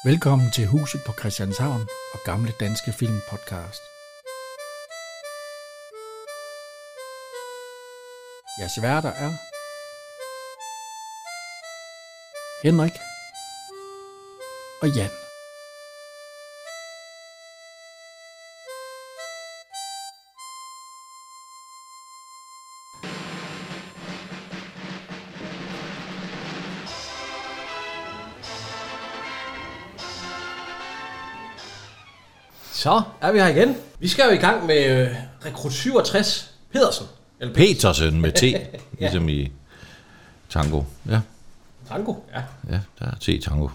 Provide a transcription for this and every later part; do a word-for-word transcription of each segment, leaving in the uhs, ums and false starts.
Velkommen til Huset på Christianshavn og Gamle Danske Film Podcast. Jeres værter er Henrik og Jan. Så er vi her igen. Vi skal jo i gang med øh, rekrut syvogtres Pedersen. Eller Petersen med T, ligesom i tango. Ja. Tango, ja. Ja, der er T-tango.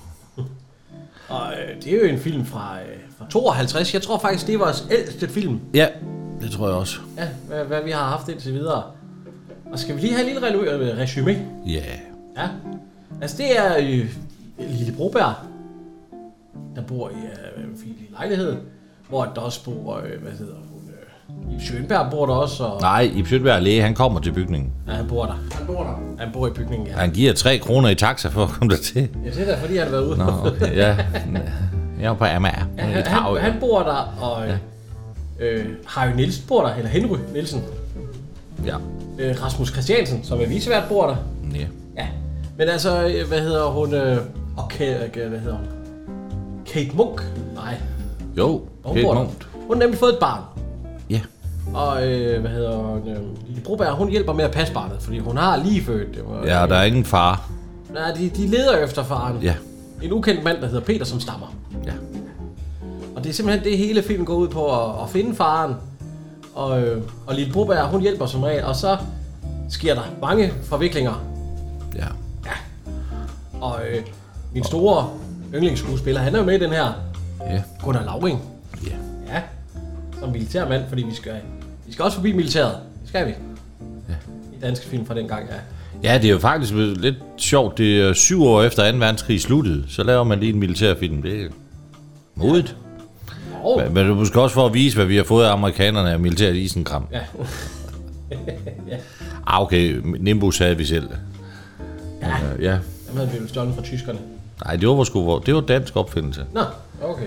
Og øh, det er jo en film fra, øh, fra tooghalvtreds. Jeg tror faktisk, det er vores ældste film. Ja, det tror jeg også. Ja, hvad, hvad vi har haft indtil videre. Og skal vi lige have en lille resumé? Ja. Ja. Altså det er øh, Lille Broberg, der bor i øh, en fin lejlighed, hvor der også bor, øh, hvad hedder hun, øh, Ib Schønberg bor der også. Og... Nej, Ib Schønberg er læge, han kommer til bygningen. Ja, han bor der. Han bor der. Han bor i bygningen, ja. Han giver tre kroner i taxa for at komme der til. Ja, det er da, fordi han har været ude. Nå, okay, ja. Jeg er på Amager. Ja, han, han, han bor der, og ja. øh, Harry Nielsen bor der, eller Henry Nielsen. Ja. Øh, Rasmus Christiansen, som er vicevært, bor der. Ja. Ja. Men altså, hvad hedder hun? Øh, okay, hvad hedder hun? Kate Munk? Nej. Jo, hun Kate Munk. Hun har nemlig fået et barn. Ja. Og øh, hvad hedder hun? Øh, Lille Broberg, hun hjælper med at passe barnet, fordi hun har lige født. Det var, ja, der er ingen far. Nej, de, de leder efter faren. Ja. En ukendt mand, der hedder Peter, som stammer. Ja. Og det er simpelthen det, hele filmen går ud på, at, at finde faren. Og, øh, og Lille Broberg, hun hjælper som regel, og så sker der mange forviklinger. Ja. Ja. Og øh, min store yndlingsskuespiller, han er jo med i den her. Ja. Gunnar Lauring. Ja. Ja. Som militærmand, fordi vi skal, vi skal også forbi militæret. Det skal vi. Ja. I danske film fra den gang, ja. Ja, det er jo faktisk lidt sjovt. Det er syv år efter anden verdenskrig sluttede, så laver man lige en militærfilm. Det er modigt. Ja. Oh. Men, men det er måske også for at vise, hvad vi har fået af amerikanerne af militært isenkram. Ja. Ja. Ah, okay. Nimbus havde vi selv. Ja. Uh, ja. Dem havde vi jo stjålet fra tyskerne. Nej, det var sgu det var dansk opfindelse. Nå, okay.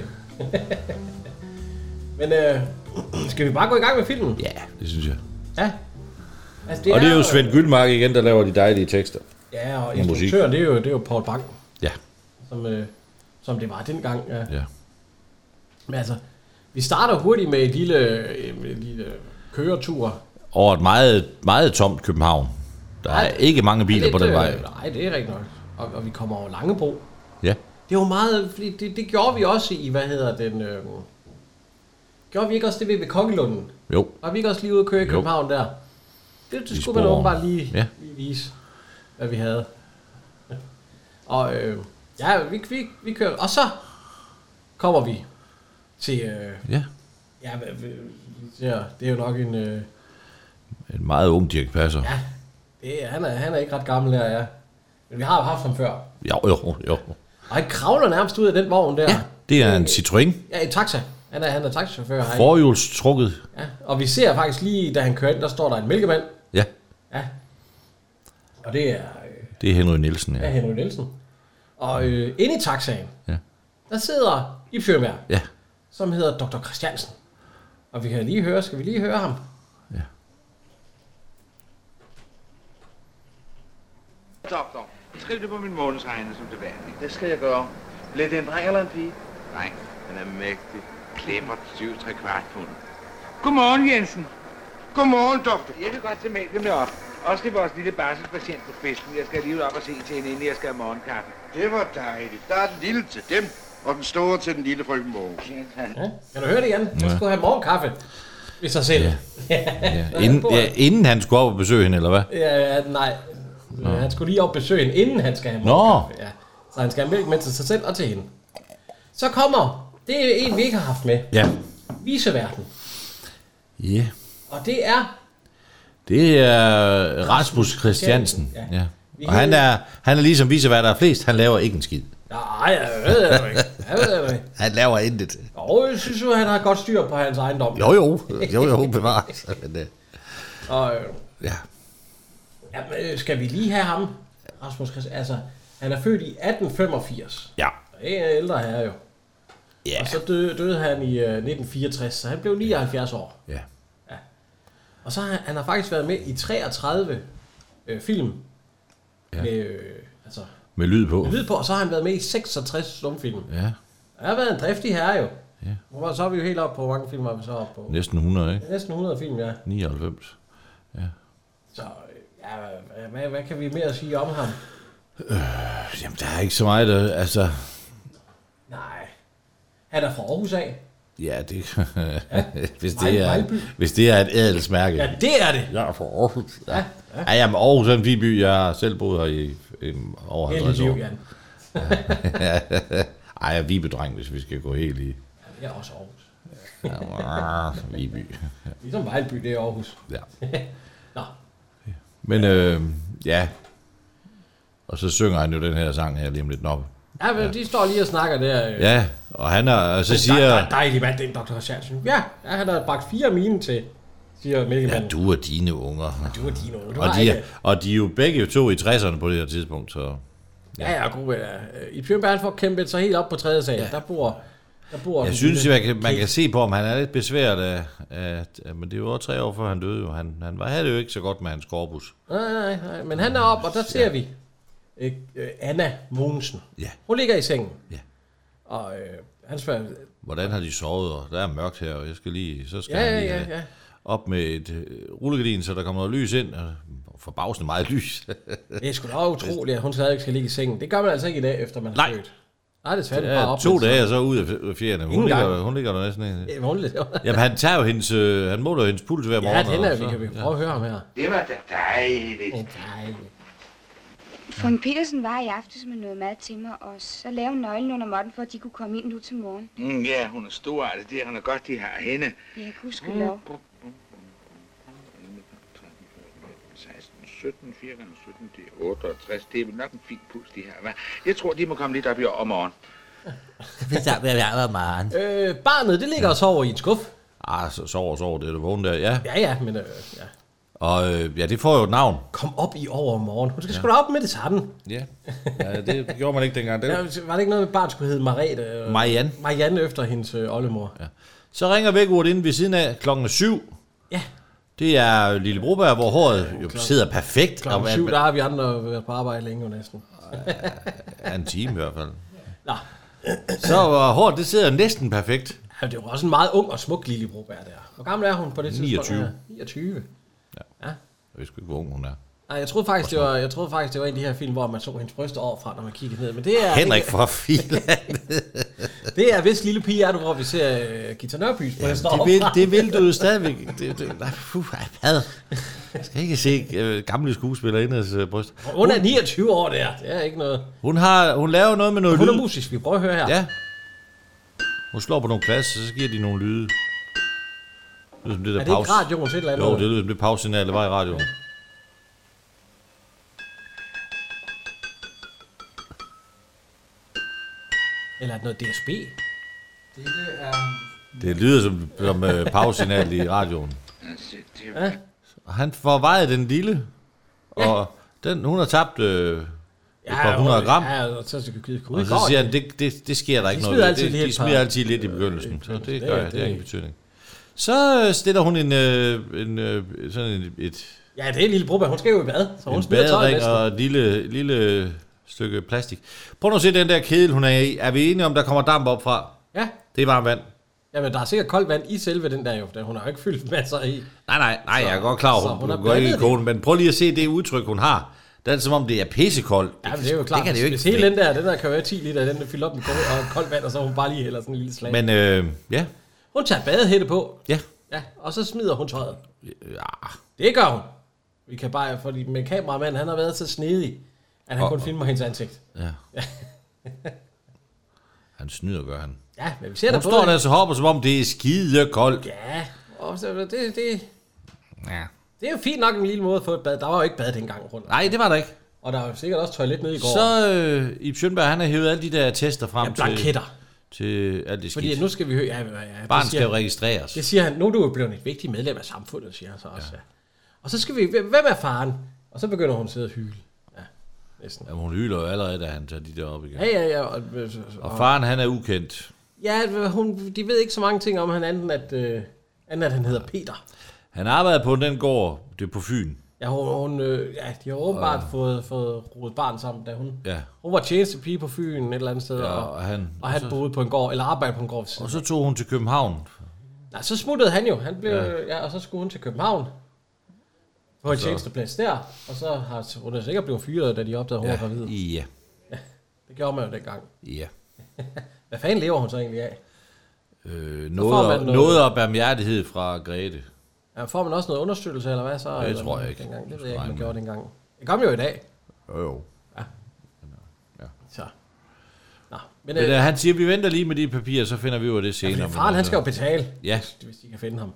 Men øh, skal vi bare gå i gang med filmen? Ja, det synes jeg. Ja. Altså, det og det er er jo Svend Gyldmark igen, der laver de dejlige tekster. Ja, og instruktøren, det er jo, det er jo Paul Bang. Ja. Som, øh, som det var dengang. Ja. Ja. Men altså, vi starter hurtigt med et lille, et lille køretur. Over et meget, meget tomt København. Der er nej, ikke mange biler på den øh, vej. Nej, det er rigtigt nok. Og, og vi kommer over Langebro. Ja. Det var meget, fordi det, det gjorde vi også i, hvad hedder den... Øh, gjorde vi ikke også det ved, ved Kongelunden? Jo. Var vi ikke også lige ude at køre i København jo. der? Det, det skulle man åbenbart lige, ja. lige vise, hvad vi havde. Ja. Og øh, ja, vi, vi, vi kører... Og så kommer vi til... Øh, ja. Ja, det er jo nok en... Øh, en meget ung Dirch Passer. Ja, det er, han, er, han er ikke ret gammel der, ja. Men vi har jo haft ham før. Jo, jo, jo. Og han kravler nærmest ud af den vogn der. Ja, det er en Citroën. Ja, en taxa. Han er, han er taxachauffør. Forhjulstrukket. Ja, og vi ser faktisk lige, da han kører ind, der står der en mælkemand. Ja. Ja. Og det er... Øh, det er Henry Nielsen, ja. Ja, Henry Nielsen. Og øh, inde i taxaen, ja. der sidder Ib Schønberg, ja. som hedder doktor Christiansen. Og vi kan lige høre, skal vi lige høre ham? Ja. Doktor, skriv det på min månedsregner som det vanlige. Det skal jeg gøre. Bliver det en dreng eller en pige? Nej, han er mægtig. Klemmer syv tre kvart pund. Godmorgen, Jensen. Godmorgen, doktor. Jeg kan godt tage mælken med op. Også til vores lille barselspatient på festen. Jeg skal lige op og se til hende, inden jeg skal have morgenkaffe. Det var dejligt. Der er den lille til dem, og den store til den lille frøken Mogens. Ja. Kan du høre det, Jan? Han skulle have morgenkaffe ved sig selv. Ja. ja. Inden, ja, inden han skulle op og besøge hende, eller hvad? Ja, ja nej. Nå. Han skulle lige op og besøge hende, inden han skal have morgenkaffe. Ja. Så han skal have mælk med til sig selv og til hende. Så kommer, det er en, vi ikke har haft med. Ja. Viceværten. Ja. Og det er... Det er Rasmus Christiansen. Ja. Ja. Og han er, han er ligesom vicevært af flest, han laver ikke en skid. Nej, jeg ved det ikke. Jeg ved det ikke. Han laver intet. Og jeg synes jo, han har godt styr på hans ejendom. Jo, jo. Jo, jo, bevares. Og... Ja. Ja, skal vi lige have ham, Rasmus Christiansen? Altså, han er født i atten femogfirs. Ja. En af ældre herre jo. Ja. Og så døde, døde han i uh, nitten fireogtres, så han blev nioghalvfjerds år. Ja. Ja. Og så har han, han har faktisk været med i treogtredive øh, film. Ja. Med, øh, altså, Med lyd på. med lyd på, og så har han været med i seksogtres stumfilm. Ja. Han har været en driftig herre jo. Ja. Så er vi jo helt op på, hvor mange film har vi så op på? Næsten hundrede, ikke? Næsten hundrede film, ja. nioghalvfems. Ja. Så ja, hvad, hvad, hvad kan vi mere sige om ham? Øh, jamen, der er ikke så meget, der, altså... Nej. Han er fra Aarhus af. Ja, det... ja. hvis, Vej- det er, Vejlby. hvis det er et adelsmærke. Ja, det er det. Jeg er fra Aarhus. Ja, Ja, ja. ja jamen, Aarhus er en fin by. Jeg har selv boet her i, i over halvtreds Heldig år. liv, Jan. Ej, jeg er Vibedreng, hvis vi skal gå helt i... Jeg er også Aarhus. Ja, Viby. Ligesom Vejlby, det er Aarhus. Ja. Nå. Men øh, ja. Og så synger han jo den her sang her lige om lidt nok. Ja, men ja. De står lige og snakker der. Øh. Ja, og han er, og så siger... Der, der, dejlig mand, det er en doktor Christiansen. Ja, ja, han har bragt fire mine til, siger Mælkemanden. Ja, du og dine unger. Du og dine unger. Du Og har de, er, ikke... og de er jo begge to i tresserne på det her tidspunkt, så... Ja, ja, god. Ja. I Bjørnberg får kæmpet sig helt op på tredje sal. Ja. Der bor... Der bor Jeg synes, man kan, man kan se på, om han er lidt besværet af, af, af... Men det er jo også tre år før han døde jo. Han, han var, havde det jo ikke så godt med hans korpus. Nej, nej, nej. Men han er op, og der ser ja. vi øh, øh, Anna Mogensen. Ja. Hun ligger i sengen. Ja. Og øh, han spørger... Hvordan har de sovet? Og der er mørkt her, og jeg skal lige... Så skal Ja, han ja, lige ja, have ja. op med et uh, rullegardin, så der kommer noget lys ind. Og forbavsende meget lys. Det er sgu da utroligt, at hun stadig skal ligge i sengen. Det gør man altså ikke i dag, efter man har født. Nej, det er svært bare op. To dage, og så ud af fjerne. Hun ligger, hun ligger der næsten ikke. Ja, hun ligger. Jamen, han tager jo hendes... Øh, han måler hendes puls hver morgen. Ja, den er, og vi så- kan vi prøve at høre ham her. Det var da dejligt. Det er dejligt. Frøken Petersen var i aftes med noget mad til mig, og så lavede hun nøglen under måtten, for at de kunne komme ind nu til morgen. Mm, ja, hun er stor, det det er godt, de har hende. Jeg kan huske lov. seksten, sytten, fire gange sytten, det er otteogtres. Det er vel nok en fin puls, de her, hva'? Jeg tror, de må komme lidt op i om morgen. Det er ved at være meget. Øh, barnet, det ligger og sover i en skuff. Ah, så sover, sover, det er det vågen der, ja. Ja, ja, men øh, ja. Og øh, ja, det får jo et navn. Kom op i overmorgen. Hun skal sgu da op med det samme. Ja, ja det gjorde man ikke dengang. Det Ja, var det ikke noget med, barn skulle hedde Marete? Øh, Marianne. Marianne efter hendes øh, oldemor. Ja. Så ringer vækkeuret ind ved siden af klokken syv. Ja. Det er Lille Broberg, hvor håret jo sidder perfekt. Klokken Og- syv, der har vi andre været på arbejde længe jo næsten. Ja, en time i hvert fald. Nå. Så var håret, det sidder næsten perfekt. Ja, det var også en meget ung og smuk Lille Broberg der. Hvor gammel er hun på det tidspunkt? niogtyve. Ja, niogtyve. Jeg ved sgu ikke, hvor ung hun er. Nej, jeg troede faktisk, det var, jeg troede faktisk, det var en af de her film, hvor man så hendes bryster overfra, når man kiggede ned. Men det er Henrik fra Filand. det er hvis Lille Pige er du, hvor vi ser uh, Gita Nørbys bryster det, vil, overfra. det vil du jo stadigvæk. Det, det, nej, puh, had. Jeg skal ikke se øh, gamle skuespillerindes øh, bryst. Hun er niogtyve år der. Det er ikke noget. Hun, har, hun laver noget med noget Hun er lyd. musisk. Vi prøver at høre her. Ja. Hun slår på nogle plads, og så giver de nogle lyde. Det er, som det der Er det ikke pause. radioen til et eller andet? Jo, det lyder som det pausesignal, der var i radioen. Eller er det noget D S B? Det er... Det lyder som, som uh, pausesignal i radioen. Altså, det Ja. Og han får vejet den lille, og den, hun har tabt øh, et par hundrede gram. Ja, og så skal vi Og så siger han, det, det, det sker der ikke De noget smider ved. altid Det, lige de et par- smider altid lidt i begyndelsen, så det det- gør jeg, det- det har ingen betydning. Så øh, stiller hun en, øh, en øh, sådan en, et, Ja, det er Lille Broberg. Hun skal jo i bad, så hun en smider tøjet badering næsten. og et lille, lille stykke plastik. Prøv nu at se den der kedel, hun er i. Er vi enige om, der kommer damp op fra? Ja. Det er varmt vand. Jamen, der er sikkert koldt vand i selve den der jo, for hun har jo ikke fyldt masser i. Nej, nej, nej, Så- jeg er godt klar så over, hun hun, har hun går ikke i blandet koden, men prøv lige at se det udtryk, hun har. Det er som om, det er pissekoldt. Ja, men det er jo klart. Det kan det jo ikke. Hvis hele den der, den der kan være ti liter, den er fyldt op med koldt, og koldt vand, og så hun bare lige hælder sådan en lille slag. Men øh, ja, Hun tager badehætte på. ja. Ja, og så smider hun tøjet. Ja, Det gør hun. Vi kan bare, fordi med kameramanden, han har været så snedig, at han Og- kun filmer hendes ansigt. ja. Han snyder, gør han. Ja, men vi ser Hun der står der så hopper, som om det er skide koldt. Ja, og så, det, det, Ja. det er jo fint nok en lille måde at få et bad. Der var jo ikke bad dengang rundt. Nej, det var der ikke. Og der var jo sikkert også toilet nede i går. Så øh, Ib Schønberg, han har hævet alle de der tester frem ja, blanketter. til, til alt det Fordi skidt. nu skal vi høre... Ja, ja, ja, Barn det skal siger, jo registreres. det siger han, nu er du jo blevet et vigtigt medlem af samfundet, siger han så også. Ja. Og så skal vi... Hvem er faren? Og så begynder hun at sidde og hyle. Ja. næsten. Ja, hun hyler jo allerede, da han tager de der op igen. Ja, ja, ja. Og, og, og faren, han er ukendt. Ja, hun, de ved ikke så mange ting om han anden, at, øh, anden, at han hedder Peter. Han arbejder på den gård, det er på Fyn. Ja, hun, hun, øh, ja de har åbenbart og, fået, fået rodet barn sammen, da hun, ja. hun var tjenestepige på Fyn et eller andet sted, ja, og, og han, og han og så, boede på en gård, eller arbejdede på en gård. Og så tog hun til København. Nej, så smuttede han jo, han blev, ja. Ja, og så skulle hun til København. På en tjenesteplads der, og så har hun sikkert blevet fyret, da de opdagede, hun ja, var gravid. Ja. Ja, det gjorde man jo dengang. Ja. Hvad fanden lever hun så egentlig af? Øh, noget, noget, noget af barmhjertighed fra Grete. Ja, får man også noget understøttelse, eller hvad så? Det eller tror jeg ikke. Dengang? Det ved jeg ikke, man gjorde dengang. Det kom jo i dag. Jo, jo. Ja. Ja. Så. Nå, men, men øh, øh, han siger, vi venter lige med de papirer, så finder vi jo det senere. Ja, faren, han skal jo betale, ja. hvis de kan finde ham.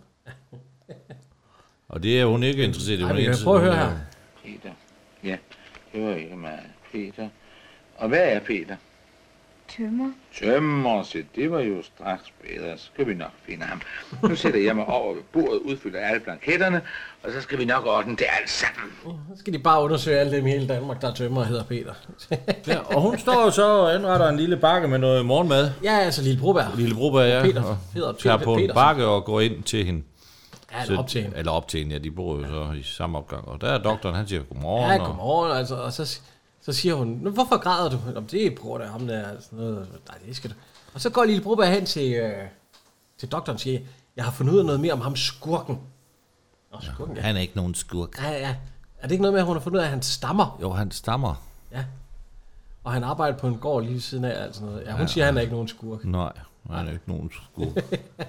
Og det er hun ikke interesseret i. Nej, vi kan prøve at høre her. Peter. Ja, det var ikke meget. Peter. Og hvad er Peter? Tømmer. Tømmer, se, det var jo straks bedre. Så skal vi nok finde ham. Nu sætter jeg mig over ved bordet, udfylder alle blanketterne, og så skal vi nok ordne det alt sammen. Så skal de bare undersøge alle dem i hele Danmark, der er tømmer og hedder Peter. Ja, og hun står jo så og anretter en lille bakke med noget morgenmad. Ja, altså Lille Broberg. Lille Broberg, ja. Peter, og Peter, tager på en bakke og går ind til hende. Ja, eller op til hende. Eller op til hende, ja, de bor jo så i samme opgang. Og der er doktoren, han siger godmorgen. Ja, godmorgen, altså, og så, så siger hun, hvorfor græder du? Om det er på grund af ham der, altså noget. Nej, det skal du. Og så går Lille Broberg hen til, øh, til doktoren og siger, jeg har fundet ud af noget mere om ham skurken. Nå, skurken, ja. Han er ikke nogen skurk. Ja, ja. Er det ikke noget med, at hun har fundet ud af, at han stammer? Jo, han stammer. Ja. Og han arbejder på en gård lige ved siden af, altså noget. Ja, hun ja, siger, at han er ikke nogen skurk. Nej, han er ikke nogen skurk.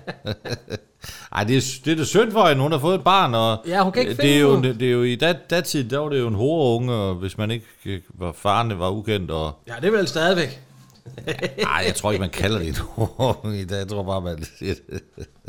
Ej, det er, det er det synd for hende. Hun har fået et barn, og ja, hun kan ikke det er jo, det, det er jo i dat, datid, der var det jo en horunge, og hvis man ikke var farne, var ukendt. Og ja, det er vel stadigvæk. Nej, jeg tror ikke, man kalder det en horunge i dag. Jeg tror bare, man siger det.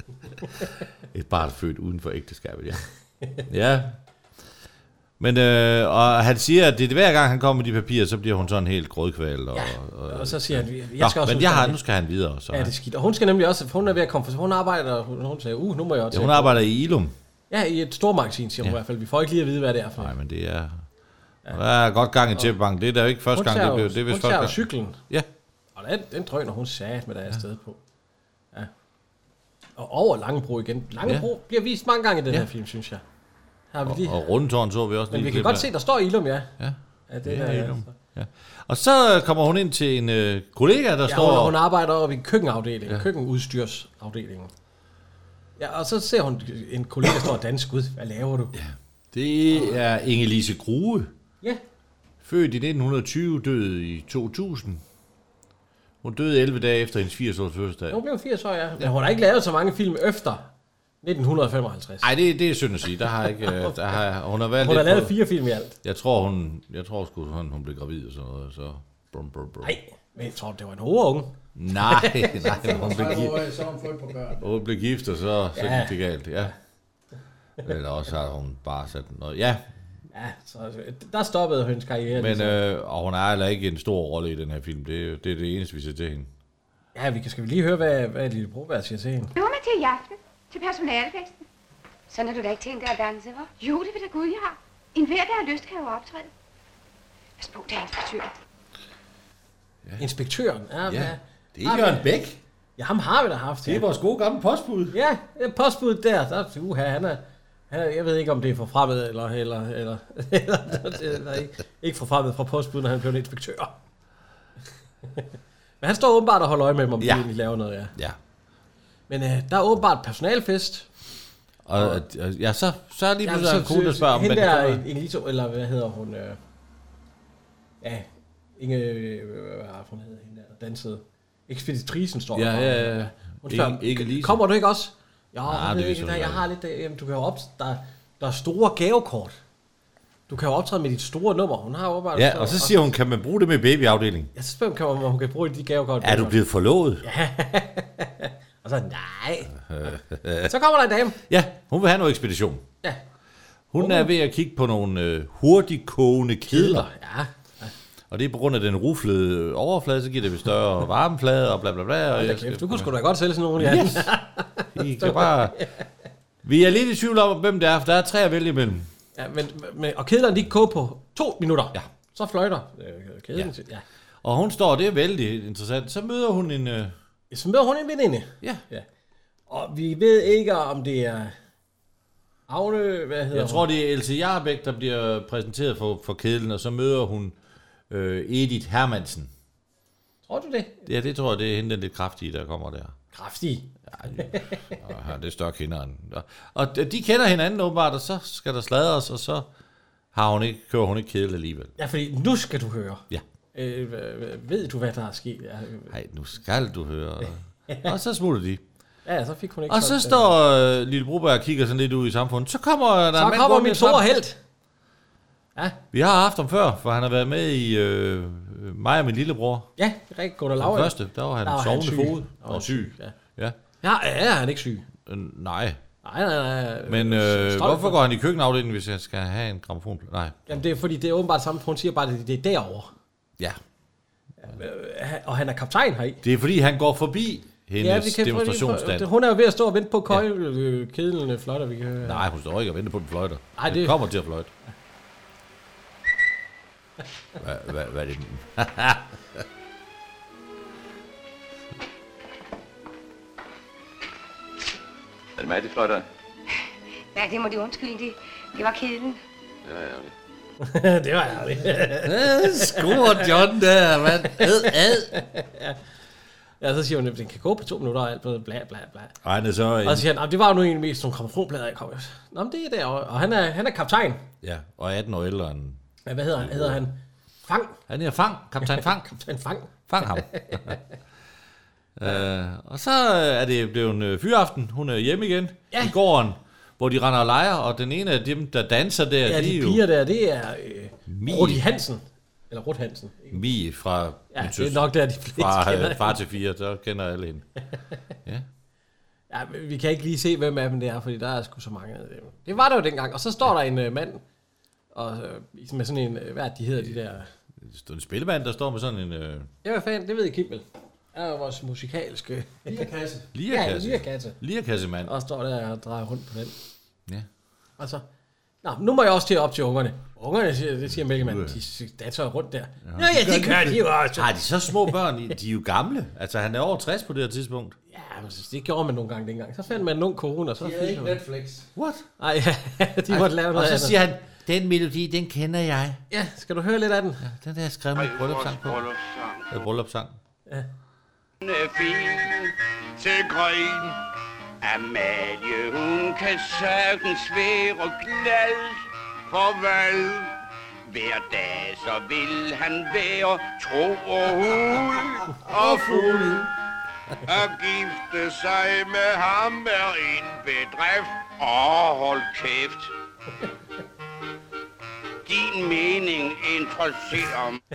Et barn født uden for ægteskabet, ja. Ja. Men, øh, og han siger, at det er hver gang, han kommer med de papirer, så bliver hun sådan helt grødkvalt. Og, ja, og, og så siger han, jeg Nå, skal også... men jeg har, nu skal han videre. Så. Ja, det er skidt. Og hun skal nemlig også, hun er ved at komme, for hun arbejder, hun, hun siger, uh, nu må jeg også... Ja, hun arbejder i Ilum. Ja, i et stormagasin, siger hun ja. i hvert fald. Vi får ikke lige at vide, hvad det er for. Nej, men det er... Ja. Der er godt gang i Tjepbank. Det er da ikke første gang, det blev... Det er hun tager jo cyklen. Ja. Og den, den drøner hun sat med der ja. afsted på. Ja. Og over Langebro igen. Langebro ja. bliver vist mange gange i den ja. her film, synes jeg. Har vi lige... Og, og Rundetårn så vi også. Men vi kan godt der. se, der står Ilum, ja. Ja, ja det, det er der, Ilum. Ja. Og så kommer hun ind til en øh, kollega, der ja, står... Hun, hun arbejder oppe i køkkenafdelingen, ja. køkkenudstyrsafdelingen. Ja, og så ser hun en kollega, der står og danser. Gud, hvad laver du? Ja. Det er Inge-Lise Grue. Ja. Født i nitten tyve, døde i to tusind. Hun døde elleve dage efter hendes firs års fødselsdag. Hun blev firs år, ja. Men hun har ikke lavet så mange film efter nitten femoghalvtreds. Nej, det, det er synd at sige. Der har ikke, der har, hun har, været hun har lavet på, fire film i alt. Jeg tror, hun, jeg tror sgu, hun, hun blev gravid og sådan noget. Så brum, brum, brum. Nej, men jeg tror, det var en hovedunge. Nej, nej, hun blev gift. Så hun fået på børn. Hun blev gift, og så, så ja. gik det galt, ja. Eller også har hun bare sat noget. Ja. Ja, så der stoppede hendes karriere. Men, øh, og hun har heller ikke en stor rolle i den her film. Det, det er det eneste, vi ser til hende. Ja, vi kan, skal vi lige høre, hvad, hvad Lille Broberg siger til hende. Nu er man til i aften. Til personalefesten. Sådan har du da ikke tænkt dig at danse, hva'? Jo, det vil da Gud, jeg har. En hver, der har lyst, kan jo optræde. Pas på, det er inspektøren. Ja. Inspektøren? Ja, ja. ja. Det er Jørgen Bæk. Ja, ham har vi da haft. Det er ja. vores gode gamle postbud. Ja, postbuddet der. der uha, han er, han er, jeg ved ikke, om det er for fremmed, eller, eller, eller, eller, eller ikke, ikke for fremmed fra postbuddet, når han blev en inspektør. Men han står åbenbart og holder øje med dem, om ja. de egentlig laver noget, ja. Ja. Men øh, der er åbenbart personalfest. Og, og ja, så, så er lige pludselig ja, en kone, der spørger om... Hende der, Inge, eller hvad hedder hun? Øh, ja, Inge, hvad har hun hedder hende der, dansede. Ekspeditrisen står ja, der. Ja, ja, hun spørger, ikke, ikke kommer du ikke også? Ja, Nej, det ikke, der, jeg har lidt, jamen, du kan jo op, der, der er store gavekort. Du kan jo optræde med dit store nummer. Hun har åbenbart... Ja, og så siger hun, kan man bruge det med babyafdelingen? Ja, så spørger hun, kan man, hun kan bruge de gavekort. Er du blevet forlovet? Ja. Og så, nej. Så kommer der en dame. Ja, hun vil have noget ekspedition. Ja. Hun uh. er ved at kigge på nogle øh, hurtigkogende kedler. Ja. Ja. Og det er på grund af den ruflede overflade, så giver det ved større varmeflade og bla bla bla. Og jeg skal, du kunne sgu da godt sælge sådan nogle. Yes. I kan bare... Vi er lidt i tvivl om, hvem det er, for der er tre at vælge imellem. Ja, men, men, og kedlerne, de kan koge på to minutter. Ja. så fløjter øh, kæden Ja. til. Ja. Og hun står, det er vældig interessant. Så møder hun en... Øh... Så møder hun en veninde. Ja. ja. Og vi ved ikke, om det er Agne, hvad hedder Jeg hun? tror, det er Else Jarbæk, der bliver præsenteret for, for kedlen, og så møder hun øh, Edith Hermansen. Tror du det? Ja, det tror jeg, det er hende, den lidt kraftige, der kommer der. Kraftig. Ja, det er større kender end. Og de kender hinanden åbenbart, og så skal der sladres, og så har hun ikke, kører hun ikke kedel alligevel. Ja, fordi nu skal du høre. Ja. Øh, ved du, hvad der er sket? Ja, Nej, nu skal du høre. Og så smutter de. ja, så fik hun ikke Og så solgt står øh, Lille Broberg og kigger sådan lidt ud i samfundet. Så kommer der Så en mand kommer gående min i store trappen. helt. Ja. Vi har haft ham før, for han har været med i øh, mig og min lillebror. Ja, det er rigtigt. Gunnar Den Lauer. første, der var han Der var han sovende syg. fod Der var og syg. Ja. Ja. Ja, ja, han er ikke syg. Øh, nej. Nej, nej, nej. Men øh, hvorfor går han i køkkenafdelingen, hvis jeg skal have en gramofonplade? Nej. Jamen, det er fordi, det er åbenbart samme. Hun siger bare, at det er derovre. Ja. Og han er kaptajn heri. Det er fordi, han går forbi hendes ja, demonstrationsstand. Hun er jo ved at stå og vente på køjkedlen ja. fløjter, vi kan... Nej, hun står ikke og venter på den fløjter. Nej, det... Den kommer til at fløjte. Hvad, hvad, hvad er det? Er det mig, de fløjter? Ja, det må de undskylde. Det, det var kedlen. Det var ærgerligt. det var ærgerligt. Skruer John der, mand. Ad, ad. Ja, så siger hun, at den kan gå på to minutter og alt bla bla bla. Ej, det så... Og så siger han, det var jo nu egentlig mest nogle gramofonplader, jeg kom. Nå, men det er derovre. Og han er, han er kaptajn. Ja, og atten år ældre end... Ja, hvad hedder han? Hedder han? Fang. Han er Fang. Kaptajn Fang. Kaptajn Fang. Fang ham. uh, og så er det blevet en fyraften. Hun er hjemme igen ja. i gården, hvor de render og leger, og den ene af dem, der danser der, ja, de, de er piger jo... der, det er øh, Rudi Hansen. Eller Rud Hansen. Mie fra... Ja, det er nok der, de fleste fra, kender. Far til fire, så kender alle hende. Ja. Ja, vi kan ikke lige se, hvem af dem det er, fordi der er sgu så mange af dem. Det var der jo dengang. Og så står der en uh, mand, og uh, med sådan en, uh, hvad er de hedder, de der... Det er en spillemand, der står med sådan en... Uh... Ja, hvad fanden, det ved I Kim vel. Det er jo vores musikalske... Lierkasse. Lierkasse. Ja, lierkasse. Lierkassemand. Og står der og drejer rundt på den. Ja. Og så... Nå, nu må jeg også til op til ungerne. Ungerne, siger, det siger Mælkemand, de danser rundt der. Ja, ja, det gør de jo også. Har de så små børn? De er jo gamle. Altså, han er over tres på det her tidspunkt. Ja, men det gjorde man nogle gange dengang. Så fandt man en ung kone, og så... Det er ikke Netflix. What? Nej, ja, de måtte lave noget Og så andet. siger han, den melodi, den kender jeg. Ja, skal du høre lidt af den? Ja, den der skrev med bryllupssang på. Ja, bryllupssang. Ja. Til grin. Amalie, hun kan sagtens være glad for hvad. Hver dag så vil han være tro og hul og fuld. At gifte sig med ham er en bedrift. Åh, hold kæft. Din mening interesserer mig.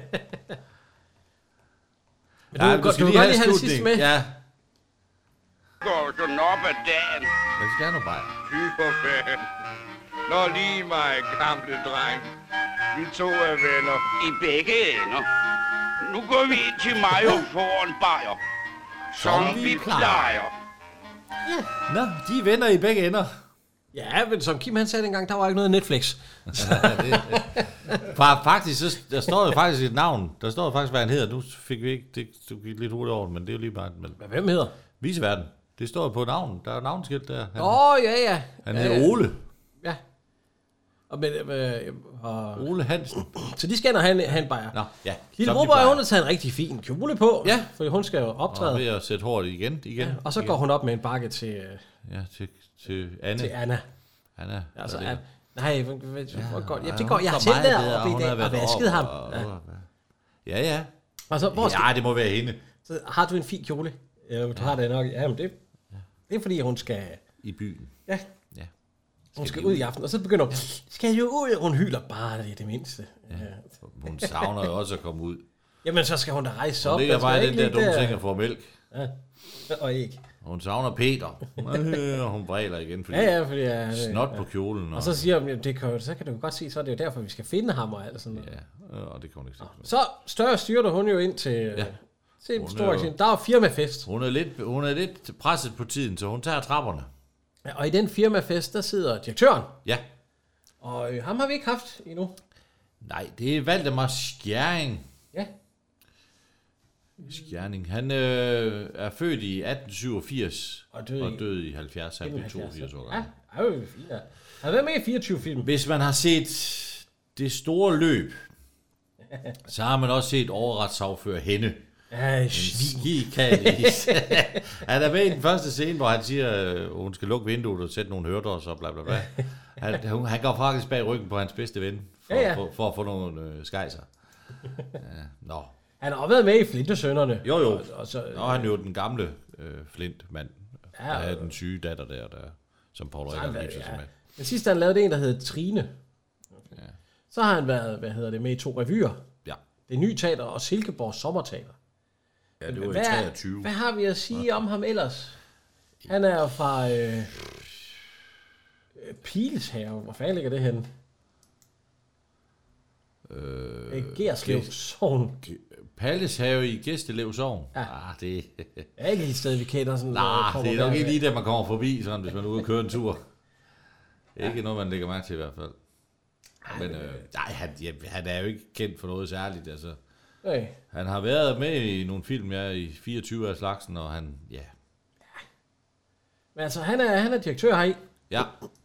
Men du, ja, du, du kan godt lige have det sidste med. Ja. Går sådan op ad dagen. Det skal nu bare. Fy for fanden. Nå lige mig, gamle dreng. Vi to er venner. I begge ender. Nu går vi ind til mig og får en bajer. Som vi plejer. Ja. Nå, de er venner i begge ender. Ja, men som Kim han sagde dengang, der var ikke noget Netflix. Ja, det, faktisk, så, der står jo faktisk et navn. Der står jo faktisk, hvad han hedder. Nu fik vi ikke, det du gik lidt hurtigt over, men det er jo lige bare... Men, hvem hedder? Viseverden. Det står på navn. Der er navnskilt der. Åh, oh, ja, ja. Han ja, hedder ja. Ole. Ja. Og, men, øh, og, Ole Hansen. Så de skal ind og have en, have en bajer. Nå, ja. Lille Robert, hun har taget en rigtig fin kjole på. Ja. For hun skal jo optræde. Og ved at sætte håret igen. igen ja, og så igen. går hun op med en bakke til... Ja, til, til Anne. Til Anna. Anna. Altså, det? An, nej, hvor ja, godt. Ja, det ja, går, jeg har selv været oppe i dag og vasket ham. Og, ja, ja. Og så, hvor skal, ja, det må være hende. Så har du en fin kjole? Ja, du har det nok. Ja, men det, det er fordi, hun skal... I byen. Ja. Ja. Hun skal ud i aften, og så begynder hun, skal jo ud, hun hylder bare det, det mindste. Ja. Hun savner jo også at komme ud. Jamen, så skal hun da rejse hun op. Hun ligger bare i den der dumme der... ting at få mælk. Ja, og ikke. Hun savner Peter. Og hun bræler igen, fordi, ja, ja, fordi ja, snot ja. på kjolen. Og, og så siger hun, det kan, så kan du godt se, så er det jo derfor, vi skal finde ham og alt sådan noget. Ja, og det kan hun ikke se. Så større styrter hun jo ind til... Ja. til en stor jo, der er firmafest. Hun er, lidt, hun er lidt presset på tiden, så hun tager trapperne. Ja, og i den firmafest, der sidder direktøren. Ja. Og øh, ham har vi ikke haft endnu. Nej, det er Valdemar Skjæring. Ja. Skjæring. Han øh, er født i atten syvogfirs og død, og død i halvfjerds. Han blev toogfirs år. Ja, det er jo fint. Han har været med i fireogtyve film. Hvis man har set Det Store Løb, så har man også set overretssagfører Henne. Ja, skikalis. Han er med i den første scene, hvor han siger, at hun skal lukke vinduet og sætte nogle hørdåser og bla bla bla. Han, han går faktisk bag ryggen på hans bedste ven, for, ja, ja. for, for at få nogle øh, skejser. Ja, nå. Han har også været med i Flintesønnerne. Jo, jo. Og, og så, Nå, han er jo den gamle øh, Flint-mand. Ja, der er den syge datter der, der som Paul Rikker giver sig med. Den sidste, han lavede en, der hed Trine. Ja. Så har han været, hvad hedder det, med i to revyer. Ja. Det Nye Teater og Silkeborg Sommerteater. Ja, det var hvad, i treogtyve. Hvad har vi at sige ja. om ham ellers? Han er jo fra øh, Pileshave. Hvor fanden ligger det henne? Øh, Gerslev Sogn. Palleshave i Gæstelev Sogn. Ja. Ah, det er ikke et sted, vi kender sådan. Nej, det er nok ikke lige der, man kommer forbi, sådan, hvis man er ude og køre en tur. Ja. Ikke noget, man lægger mærke til i hvert fald. Men øh, nej, han, ja, han er jo ikke kendt for noget særligt. Altså. Nej. Han har været med i nogle film, ja, i fireogtyve af slagsen, og han, ja. Men altså, han er, han er direktør heri. Ja.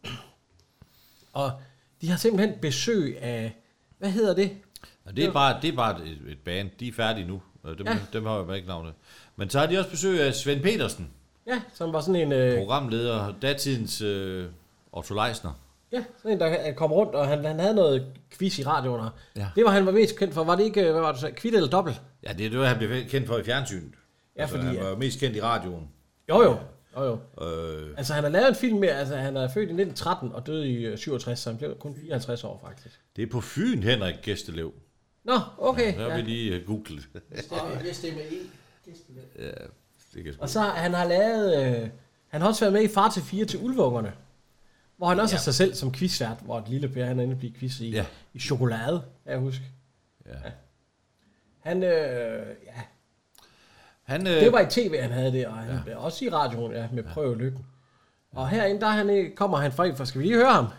Og de har simpelthen besøg af, hvad hedder det? Ja, det er bare, det er bare et, et band. De er færdige nu. Dem, ja. dem har jeg bare ikke navnet. Men så har de også besøg af Svend Petersen. Ja, som var sådan en... Øh... programleder, datidens øh, Otto Leisner. Ja, sådan en, der kom rundt, og han, han havde noget quiz i radioen. Ja. Det var han var mest kendt for. Var det ikke, hvad var det så, kvit eller dobbelt? Ja, det er det, han blev kendt for i fjernsynet. Ja, altså, fordi... Han var mest kendt i radioen. Jo, jo. jo, jo. Øh... Altså, han har lavet en film med, altså han er født i nitten tretten og døde i syvogtres, så han blev kun fireoghalvtreds år, faktisk. Det er på Fyn, Henrik Gæstelev. Nå, okay. Ja, der har vi lige uh, googlet. Hvis det er med E. Gæstelev. Ja, det kan og så han har lavet... Øh, han har også været med i Far til fire til Ulvungerne. Hvor han også ja. har sig selv som quizvært, hvor et lille Per, han er inde og blive quiz i, ja. i chokolade, kan jeg huske. Ja. ja. Han, øh, ja. Han, øh, det var i tv, han havde det, og han ja. også i radioen, ja, med Prøv Lykken. Og herinde, der han, kommer han fra, for skal vi lige høre ham?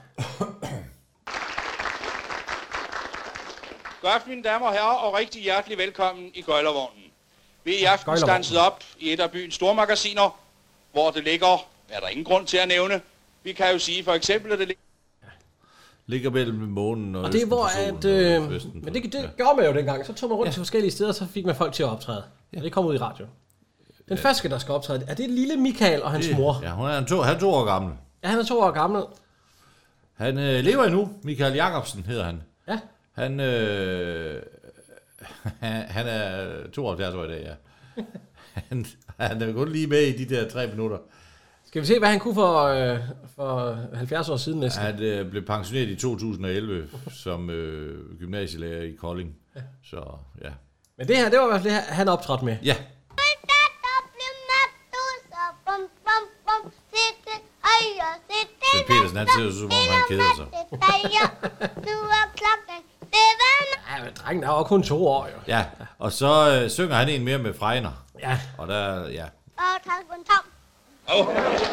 God aften, mine damer og herrer, og rigtig hjertelig velkommen i Gøjlervognen. Vi er i aften standset op i et af byens stormagasiner, hvor det ligger, er der ingen grund til at nævne. Vi kan jo sige for eksempel, at det ligger... Ligger mellem månen og, og det er hvor, at... Øh, men det, det ja. gjorde man jo dengang. Så tog man rundt ja. til forskellige steder, så fik man folk til at optræde. Ja. Og det kom ud i radio. Den ja. første, der skal optræde, er det lille Michael og hans det, mor? Ja, hun er to, han er to år gammel. Ja, han er to år gammel. Han øh, lever endnu. Michael Jacobsen hedder han. Ja. Han, øh, han er tooghalvfjerds år i dag, ja. han, han er kun lige med i de der tre minutter. Skal vi se, hvad han kunne for, øh, for halvfjerds år siden næsten? Han øh, blev pensioneret i to tusind og elleve som øh, gymnasielærer i Kolding. Ja. Så, ja. Men det her, det var i hvert fald det, han optrådte med. Ja. Svend Petersen, han ser ud som om han keder sig. Ja, men drengen er jo kun to år, jo. Ja, og så øh, synger han en mere med Frejner. Ja. Og der, ja. Åh, tak for en tom. Oh.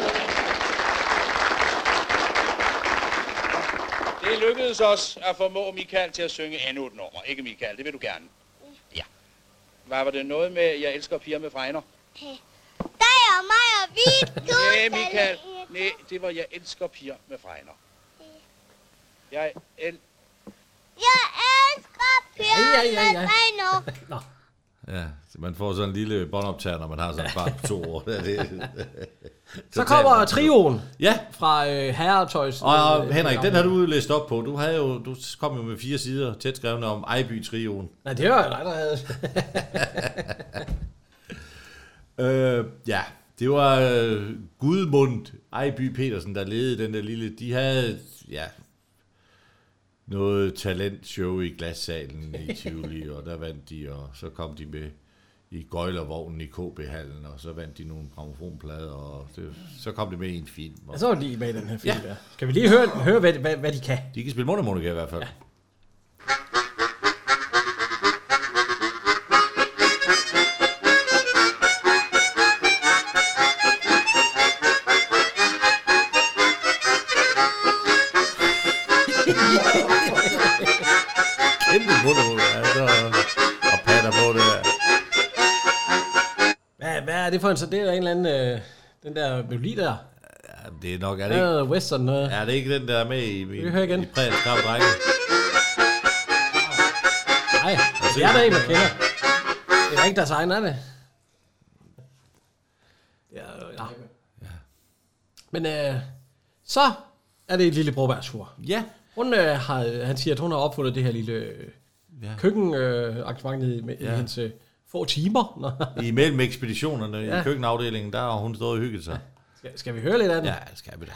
Det lykkedes os at formå Michael til at synge endnu et nummer. Ikke Michael, det vil du gerne. Ja. Hvad var det noget med, jeg elsker piger med Frejner? Dig og mig og vi, du. Nej, Michael. Nej, det var jeg elsker piger med Frejner. Jeg el... Jeg elsker piger ja, ja, ja, ja. med Frejner. Nå. Ja, så man får sådan en lille båndoptager, når man har sådan et barn på to år. Det, det, så kommer trioen ja. fra øh, Herretøjs. Og, og øh, Henrik, den har du læst op på. Du, havde jo, du kom jo med fire sider tæt skrevne om Ejby-trioen. Nej, det var jo dig, der havde. øh, ja, det var øh, Gudmund Ejby Petersen, der ledede den der lille... De havde, ja... noget talentshow i Glassalen i Tivoli, og der vandt de, og så kom de med i Gøjlervognen i K B-hallen, og så vandt de nogle grammofonplader, og det, så kom det med i en film. Og... Ja, så var de med i den her film, ja. Der. Skal vi lige høre, høre hvad, hvad, hvad de kan? De kan spille mundharmonika i hvert fald. Ja. finder på det her. Hvad, hvad er det for en, så det er en eller anden, øh, den der melodi der? Ja, det er nok, er det ikke? Ja, western noget. Er det ikke den, der er med i, i, vi høre igen? i Præs Skarpe Drenge? Nej, det er der en, man kender. Det er ikke deres egen, er det? Ja, ja. Men øh, så er det et lille Brobergs tur. Ja. Hun, øh, har, han siger, at hun har opfundet det her lille øh, ja. køkkenarrangement øh, i, ja. i hendes øh, få timer. I mellem ekspeditionerne ja. i køkkenafdelingen, der har hun stået og hygget sig. Skal, skal vi høre lidt af den? Ja, det skal vi da.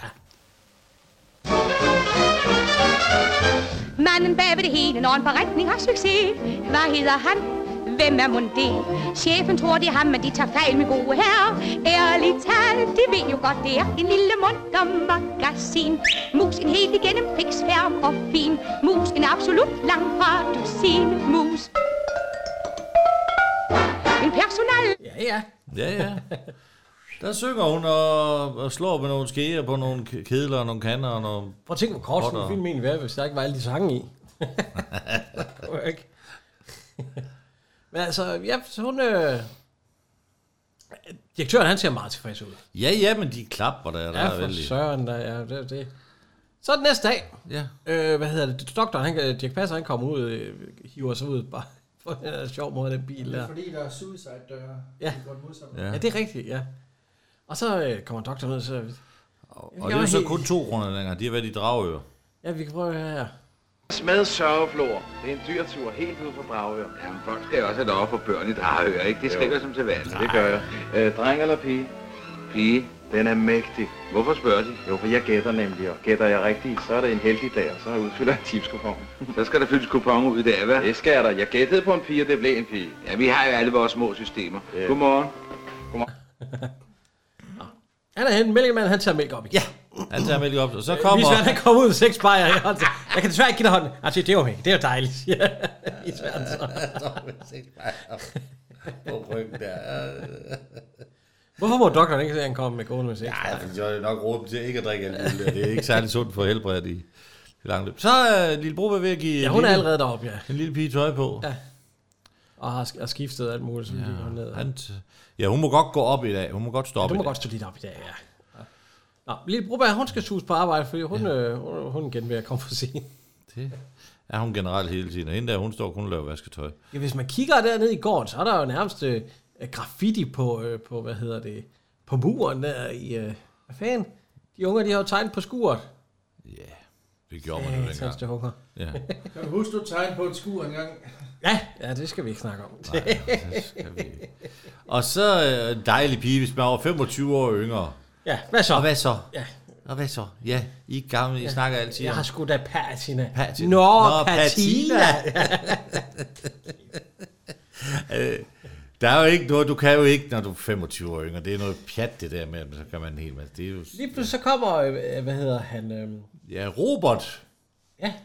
Manden bag ved det hele, når en forretning har succes. Hvad hedder han? Hvem er mon det? Chefen tror, det er ham, men de tager fejl med gode herrer. Ærligt talt, de ved jo godt, det er en lille munter magasin. Mus en helt igennem fiksfærm og fin. Mus en absolut lang fra dusin. Mus. En personal. Ja, ja. Ja, ja. Der synger hun og, og slår med nogle skeer på nogle kedler og nogle kander og nogle... Prøv at tænke, hvor kort skulle filmen egentlig være, hvis der ikke var alle de sange i. ikke? Men altså, ja, så hun... Øh... Direktøren, han ser meget tilfreds ud. Ja, ja, men de klapper der. Ja, der for vældig. søren, der er det, det. Så er det næste dag. Ja. Øh, hvad hedder det? Doktoren, han, Dirk Passer, han kommer ud, øh, hiver sig ud bare på en sjov måde, den bil der. Det er fordi, der er suicide-døre. Ja. Ja. Ja, det er rigtigt, ja. Og så øh, kommer doktoren ud, så... Og, og det er jo så helt... kun to runder længere. De har været i Dragør. Ja, vi kan prøve her. Smed sørgeflor. Det er en dyr tur helt ud fra Dragør. Jamen, folk skal også have lov for børn i Dragør, ikke? Det skriver som til vanligt. Det gør jeg. Øh, dreng eller pige? Pige. Den er mægtig. Hvorfor spørger de? Jo, for jeg gætter nemlig, og gætter jeg rigtigt, så er det en heldig dag, og så udfylder jeg tipskupon. Så skal der fyldes kupon ud der, hvad? Det skal der. Jeg gættede på en pige, og det blev en pige. Ja, vi har jo alle vores små systemer. Yeah. Godmorgen. Godmorgen. Han er hen, Mælkemand, han tager mælk op igen. Ja, han tager mælk op, og så kommer... Hvis han kommer ud med seks bajer, jeg, jeg kan desværre ikke give dig hånden. Han siger, det er jo det er jo dejligt, siger i svært så. seks bajer på ryggen der. Hvorfor må doktoren ikke se, at han kommer med gående med seks bajer? Ja, så er det nok råben til ikke at drikke alt det. Det er ikke særlig sundt for helbredet i langt løb. Så er Lille Broberg ved at give... Ja, hun lille, er allerede deroppe, ja. En lille pige tøj på. Ja. Og har, har skiftet alt muligt, så ja, de ned. Han t- ja, hun må godt gå op i dag. Hun må godt stå op ja, i dag. Hun må dag. godt stå lidt op i dag, ja. Nå, Lille Broberg, hun skal sus på arbejde, fordi hun, ja. øh, hun, hun igen ved at komme for sent. Det er hun generelt hele tiden. Og hende der, hun står kun og laver vasketøj. Ja, hvis man kigger dernede i gården, så er der jo nærmest øh, graffiti på, øh, på, hvad hedder det, på muren der i, øh, hvad fanden? De unger, de har jo tegnet på skuret. Ja, yeah, det gjorde man jo dengang. Det hunger. Ja. Kan du huske, du tegnede på et skur engang? Ja, ja, det skal vi ikke snakke om. Nej, det skal vi ikke. Og så en øh, dejlig pige, hvis man er over femogtyve år yngre. Ja, hvad så? Og hvad så? Ja. Og hvad så? Ja, I gamle, I ja. snakker altid Jeg om... har sgu da patina. Patina. Nå, Nå patina. øh, der er jo ikke noget, du kan jo ikke, når du er femogtyve år yngre. Det er noget pjat, det der med, så kan man en hel masse. Det er jo... Lige pludselig så kommer, øh, hvad hedder han? Øh... Ja, Robert. Ja.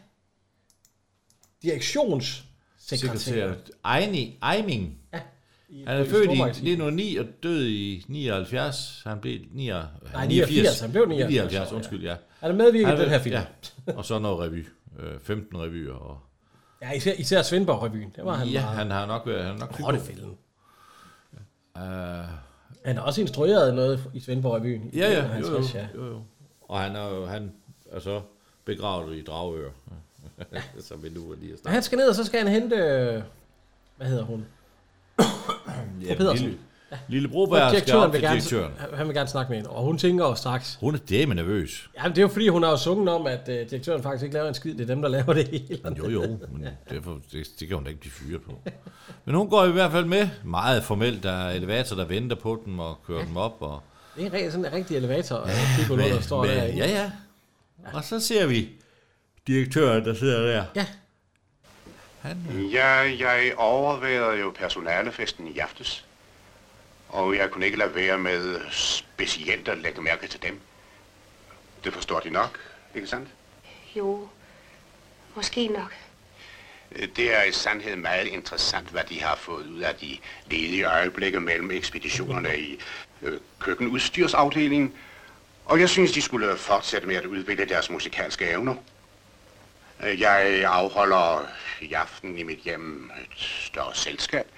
Direktionssekretær. Ejning. Ejming. Ja. Han er født i nitten nul ni og død i nioghalvfjerds. Han blev nioghalvfjerds. Nej, niogfirs. Han blev nioghalvfjerds. nioghalvfjerds, undskyld, ja. Han er medvirket i den her film. Ja. Og så noget revy. femten revyer. Og... Ja, især, især Svendborg-revyen. Det var han ja, meget... han har nok været... Han har nok Rottefælden. Uh... Han har også instrueret noget i Svendborg-revyen. Ja, ja. Jo, jo, jo, jo. Og han er jo han er så begravet i Dragør. Som vi nu er lige at starte. Han skal ned, og så skal han hente... Hvad hedder hun? Ja, lille, ja. Lille Broberg skal op til direktøren. Han vil gerne snakke med hende, og hun tænker jo straks. Hun er dæmme nervøs. Ja, det er jo fordi, hun har jo sunget om, at uh, direktøren faktisk ikke laver en skid. Det er dem, der laver det hele. Jo, jo, men derfor, det, det kan hun da ikke blive fyret på. Men hun går i hvert fald med. Meget formelt. Der er elevator, der venter på dem og kører ja. dem op. Og... Det er sådan en rigtig elevator, ja, med, der står med, der. Ja, ja. Og så ser vi direktøren, der sidder der. Ja. Han... Ja, jeg overvejede jo personalefesten i aftes. Og jeg kunne ikke lade være med specielt at lægge mærke til dem. Det forstår de nok, ikke sandt? Jo, måske nok. Det er i sandhed meget interessant, hvad de har fået ud af de ledige øjeblikke mellem ekspeditionerne i øh, køkkenudstyrsafdelingen. Og jeg synes, de skulle fortsætte med at udvikle deres musikalske evner. Jeg afholder i aften i mit hjem et større selskab.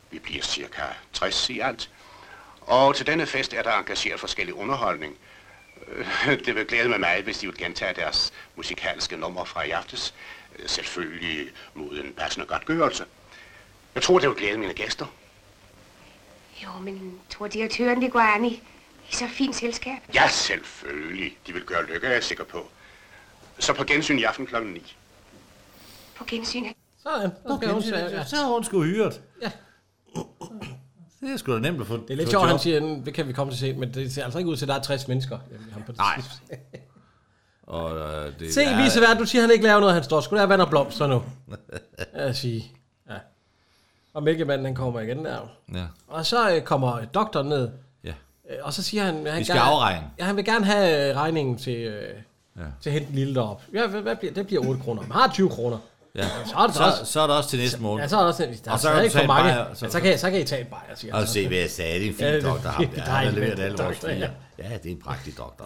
Vi bliver cirka tres i alt. Og til denne fest er der engageret forskellig underholdning. Det vil glæde mig meget, hvis de vil gentage deres musikalske nummer fra i aftes. Selvfølgelig mod en passende godtgørelse. Jeg tror, det vil glæde mine gæster. Jo, men tror direktøren, det går an i, i så fint selskab? Ja, selvfølgelig. De vil gøre lykke, er jeg sikker på. Så på gensyn i aften klokken ni. På gensyn? Sådan. Okay, hun, ja. Så har hun sgu hyret. Ja. Det er sgu da nemt at få. Det er lidt sjovt, han siger, det kan vi komme til sent, men det ser altså ikke ud til, at der er tres mennesker. Nej. Og, uh, det se, er... visevært, du siger, han ikke laver noget, han står. Skulle der vand og blomster nu? Jeg siger. Ja. Og mælkemanden, han kommer igen der. Ja. Og så øh, kommer doktoren ned. Ja. Øh, og så siger han... han vi skal gerne, afregne. Ja, han vil gerne have øh, regningen til, øh, ja. til at hente den lille derop. Ja, hvad, hvad bliver, det bliver otte kroner. Man har tyve kroner. Ja. Så, er det så, også, så er det også til næste måned. Ja, så er det også... Der og så er ikke for mange. Bajer, så, så, kan, så kan I tage et bajer, siger og se, hvad jeg sagde. Det er en fin ja, doktor. Ham. Ja, han har leveret alle vores doktor, ja. Ja, det er en praktisk doktor.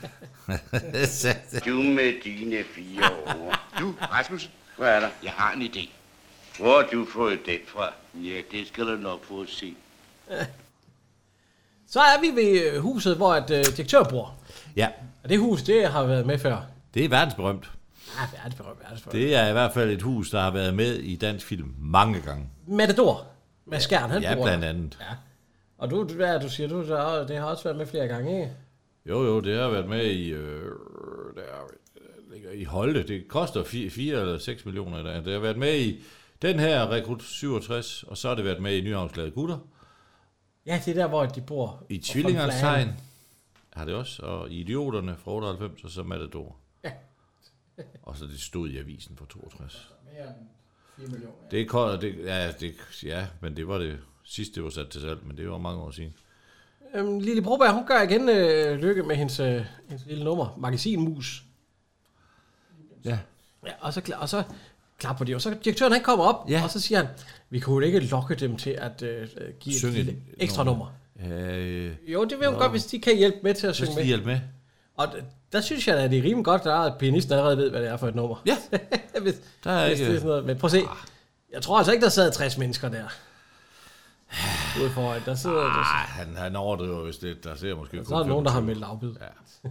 Du med dine fire år. Du, Rasmus, hvad er der? Jeg har en idé. Hvor har du fået den fra? Ja, det skal du nok få at se. Så er vi ved huset, hvor et, uh, direktør bor. Ja. Og det hus, det har været med før. Det er verdensberømt. Ja, verdensberømt, verdensberømt. Det er i hvert fald et hus, der har været med i dansk film mange gange. Matador. Med Skjern, han ja, bor blandt der. andet. Ja. Og du, du, hvad du siger, du, så, det har også været med flere gange, ikke? Jo, jo, det har været med i, øh, der, i Holte. Det koster fire eller seks millioner. Der. Det har været med i den her Rekrut syvogtres, og så har det været med i Nyhavnsglade Gutter. Ja, det er der, hvor de bor. I Tvillingernes Tegn har det også, og i Idioterne fra otteoghalvfems, og så Matador. Ja. Og så det stod i avisen for toogtres. Mere end fire millioner. Ja. Det, er, det, ja, det, ja, men det var det sidste, det var sat til salg, men det var mange år siden. Øhm, Lille Broberg, hun gør igen øh, lykke med hendes, øh, hendes lille nummer, Magasinmus. Ja. Ja, og så, og så klapper de, og så direktøren han kommer op, ja. Og så siger han, vi kunne jo ikke lokke dem til at øh, give synge et lille ekstra nummer. Øh, jo, det vil jo godt, hvis de kan hjælpe med til at synge med. hjælpe med. Og d- der synes jeg, at det er rimelig godt, der er, at pianisten allerede ved, hvad det er for et nummer. Ja, hvis, der er hvis ikke... det er sådan noget. Men prøv at se, jeg tror altså ikke, der sad tres mennesker der. Ude foran, der sidder... Nej, han, han overdriver vist lidt, der ser måske... Så er der nogen, der har meldt afbud. Ja.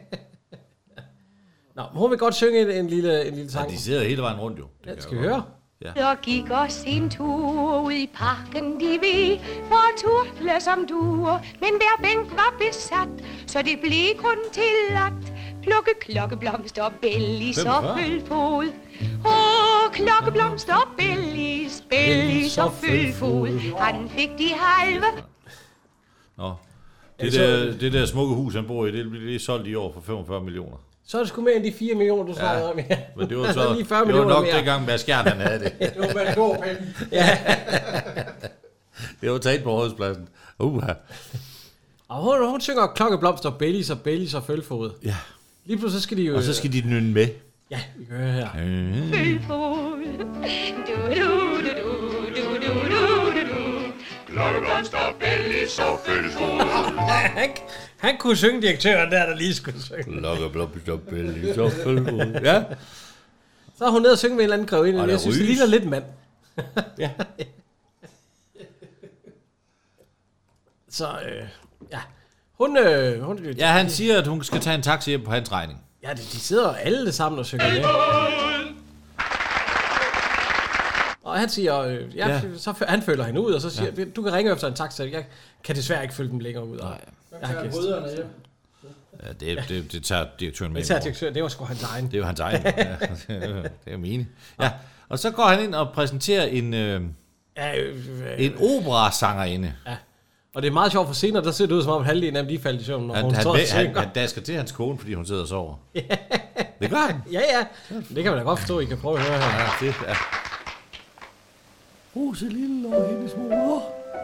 Nå, men hun vil godt synge en, en, lille, en lille sang. Ja, de sidder hele vejen rundt jo. Det ja, skal vi høre. Ja. Og gik os en tur ud i parken, de ved, for at turtle som duer. Men hver bænk var besat, så det blev kun tilladt. Plukke klokkeblomster og bellis og følfod. Åh, klokkeblomster og bellis, bellis og følfod. Han fik de halve. Nå, det der, det der smukke hus, han bor i, det blev solgt i år for femogfyrre millioner. Så er det sgu mere end de fire millioner, du snakkede ja, om. Ja. Men det var så lige det var nok mere. Dengang med Skjern, han havde det. Det var med en god penge. Ja. Det var taget på rådspladsen. Uha. Og hun, hun synger klokkeblomster, bellis og bellis og følfod. Ja. Lige pludselig skal de jo... Og så skal de nynne med. Ja, vi kan høre her. Følfod. Du, du, du, du, du, du, du, du. Klokkeblomster, bellis og følfod. Han, han kunne synge direktøren der, der lige skulle synge. Klokkeblomster, bellis og følfod. Ja. Så er hun nede og synge med en eller anden grevinde. Jeg synes, det ligner lidt en mand. Ja. Så, øh, ja. Hun, øh, hun... Ja, han siger, at hun skal tage en taxi hjem på hans regning. Ja, de, de sidder alle sammen og synger med. Og han siger, øh, ja, ja. Så han følger hende ud, og så siger, ja. Du kan ringe efter en taxa. Jeg kan desværre ikke følge dem længere ud. Nej. Jeg har gæst. Ja, det, det, det tager direktøren med. Det tager direktøren, det var sgu hans egen. Det er jo hans egen. Ja, det er jo mine. Ja, og så går han ind og præsenterer en, øh, ja, øh, øh, en operasangerinde. Ja. Og det er meget sjovt for senere, der ser det ud som om halvdelen af dem, de faldt i søvn, når han, hun står og synger. Han, han dasker til hans kone, fordi hun sidder og sover. Ja. Det gør han. Ja, ja. Det kan man da godt forstå, I kan prøve at høre her. Ja, det er... Roselille og hendes mor.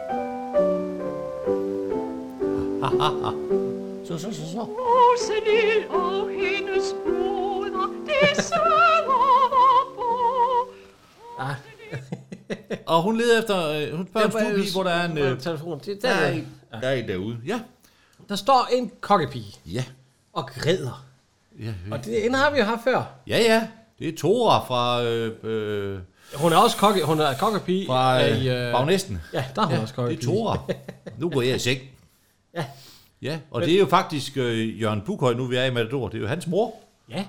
Så, så, så, så. Roselille og hendes mor, det synger på. Ja. Og hun leder efter, hun spørger en stuepige, hvor der er en... Øh, telefon. Det, der, er en, der er en derude, ja. Der står en kokkepige. Ja. Og græder. Ja, ja. Og det ene har vi jo haft før. Ja, ja. Det er Tora fra... Øh, øh, Hun er også kokke, hun er kokkepige. Fra øh, øh, bagnæsten. Ja, der er hun ja, også kokkepige. Det er Tora. Nu går jeg i seng. Ja. Ja, og Men, det er jo faktisk øh, Jørgen Bukhøj, nu vi er i Matador. Det er jo hans mor. Ja.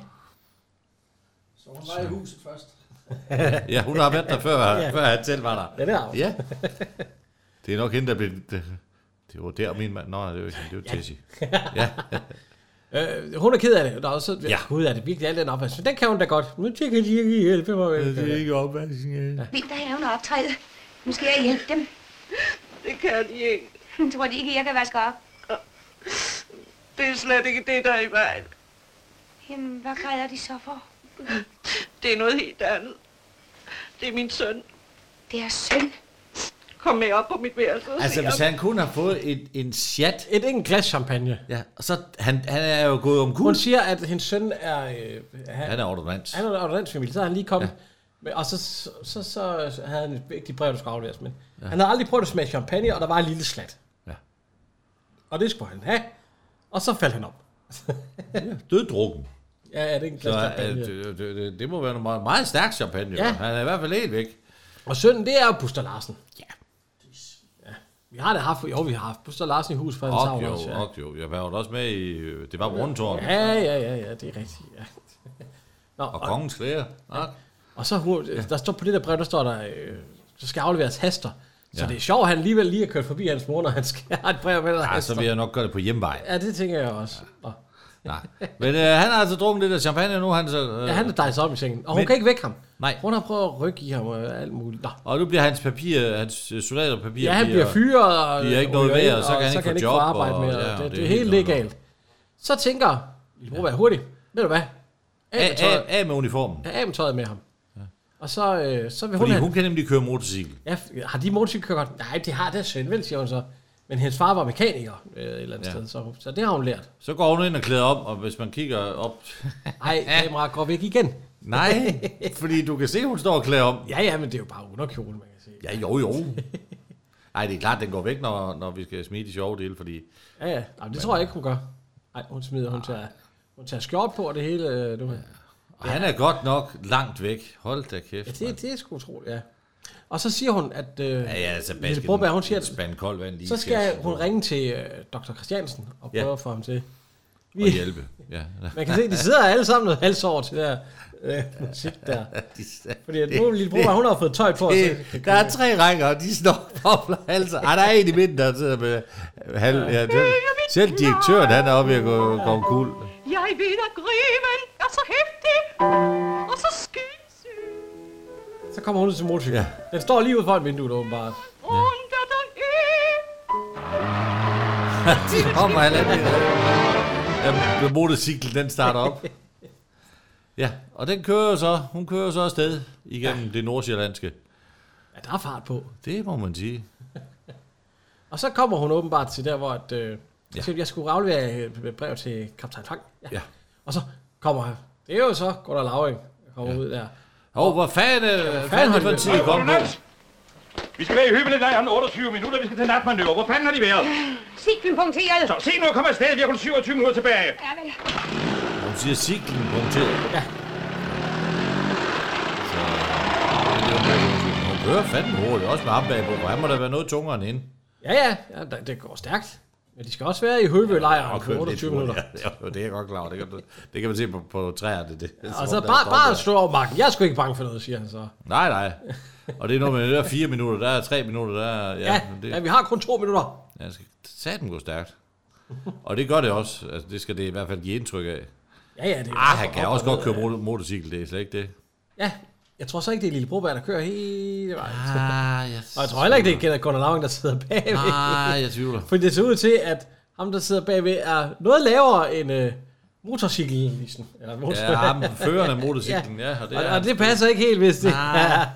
Så hun var i huset først. Ja, hun har været der før, ja. før han selv var der. Ja, det er ja. Det er nok hende, der blev... Det, det var der, min mand... Nå, det var, det var Tessie. Ja. øh, hun er ked af det. Der er også, ja. Gud, er det virkelig alt den opvask. Den kan hun da godt. Nu tænker jeg lige at hjælpe mig. Det er ikke opvask. Ja. Vinter er hun optræde. Nu skal jeg hjælpe dem. Det kan de ikke. Jeg tror de ikke, jeg kan vaske op. Det er slet ikke det, der er i vejen. Jamen, hvad græder de så for? Det er noget helt andet. Det er min søn. Det er søn? Kom med op på mit værelse. Altså, hvis han kun har fået et, en chat... Et enkelt glas champagne. Ja, og så... Han, han er jo gået om kul. Hun siger, at hendes søn er... Øh, han, han er ordonans. Han er ordonans-familie. Så er han lige kommet... Ja. Og så, så, så, så havde han et vigtigt brev, der skulle afleveres. Men ja. Han havde aldrig prøvet at smage champagne, og der var en lille slat. Ja. Og det skulle han have. Og så faldt han op. Ja, døddrukken. Ja, ja, det er en glas champagne. Det, det, det, det må være noget meget, meget stærk champagne. Ja. Han er i hvert fald helt væk. Og sønnen, det er Buster Larsen. Ja. ja. Vi har det haft, jo, vi har haft Buster Larsen i hus for en savn jo, også. Ja. Og jo, jeg var jo også med i, det var Rundetårn. Ja, ja, ja, ja, det er rigtigt, ja. Nå, og, og kongens klæder. Ja. Og så, der står på det der brev, der står der, øh, så skal afleveres haster. Så ja. Det er sjovt, at han alligevel lige har kørt forbi hans mor, når han skal have et brev med der ja, haster. Så vil jeg nok gøre det på hjemvej. Ja, det tænker jeg også. Ja. Nej. Men øh, han har altså drukket lidt af champagne nu. Han så, øh, ja, han er dejset op i sengen. Og hun men, kan ikke vække ham. Nej. Hun har prøvet at rykke i ham og alt muligt. Nå. Og nu bliver hans papir, hans soldaterpapir... Ja, han bliver fyret og... bliver ikke noget værd, og så kan han så ikke kan få ikke job. få arbejde og, mere. Ja, det, det, det, det er helt legalt. Så tænker Lille Broberg hurtigt. Ved du hvad? Af, af, af med uniformen. Af med tøjet med ham. Ja. Og så, øh, så vil Fordi hun... hun kan nemlig køre motorcykel. Ja, har de motorcykelkørt? Nej, det har det søn, vel, siger hun så. Men hendes far var mekaniker øh, et eller andet ja. sted, så, så det har hun lært. Så går hun ind og klæder op, og hvis man kigger op... Nej, kamera går væk igen. Nej, fordi du kan se, hun står og klæder om. Ja, ja, men det er jo bare underkjole, man kan se. Ja, jo, jo. Nej, det er klart, den går væk, når, når vi skal smide de sjove dele, fordi... Ja, ja. Jamen, det tror jeg ikke, hun gør. Nej, hun smider, hun tager, hun tager skjort på, og det hele... Øh, du. Ja. Og han er godt nok langt væk. Hold da kæft. Ja, det, det er sgu utroligt, ja. Og så siger hun, at... Øh, ja, ja, Lille Broberg, hun siger, at spand kold vand lige så skal hun ringe til øh, doktor Christiansen og prøve ja. at få ham til... Vi, og hjælpe, ja. Man kan se, de sidder alle sammen noget halvsår til der øh, musik der. Fordi at nu Lille Broberg, hun har fået tøj på. Det, så, der er tre rækker, og de står på halser. Ej, der er en i midten, der sidder med halv... Ja, selv direktøren, han er oppe ved at gå, gå kul. Jeg ved, at grimen er så hæftig, og så skidsyg. Så kommer hun ud til motorcykel. Ja. Den står lige ude foran vinduet, åbenbart. Ja. De kommer alle ja, motorcyklen, den starter op. Ja, og den kører så, hun kører så afsted igennem ja. det nordsjællandske. Ja, der er fart på. Det må man sige. Og så kommer hun åbenbart til der, hvor at, øh, ja. jeg skulle aflevere et brev til kaptajn Frank. Ja. ja. Og så kommer han. Det er jo så Gunnar Lauring, der kommer ja. ud der. Åh, hvor fanden, hvad fanden har de tid kommet på? Vi skal være i Høvelelejren otteogtyve minutter, vi skal til natmanøvre. Hvor fanden har de været? Cyklen punkteret. Så se nu, kom afsted, vi har kun syvogtyve minutter tilbage. Ja, vel. Hun siger cyklen punkteret. Ja. Så... Hun kører fandme hurtigt, også med ham bagpå, for han må da være noget tungere end hende. Ja, ja, ja, det går stærkt. Men de skal også være i Høvelejren for otteogtyve minutter. Ja, det er jeg godt klar over. Det kan, det kan man se på, på træerne. Det, det, ja, altså bare, bare slå over marken. Jeg er sgu ikke bange for noget, siger han så. Nej, nej. Og det er noget med, der er fire minutter, der er tre minutter, der er... Ja, ja, det, ja vi har kun to minutter. Ja, det skal satan gå stærkt. Og det gør det også. Altså, det skal det i hvert fald give indtryk af. Ja, ja, det er ah, han kan også godt køre motor- motorcykel, det er slet ikke det. Ja, jeg tror så ikke, det er Lille Broberg, der kører hele vejen. Ah, jeg og jeg tror heller ikke, det er Gunnar Lauring, der sidder bagved. Nej, jeg tvivler. Fordi det ser ud til, at ham, der sidder bagved, er noget lavere end øh, motorcykelisen. Eller motor- ja, ham føreren af motorcyklen, ja. ja og, det og, og det passer ikke helt, hvis det ja.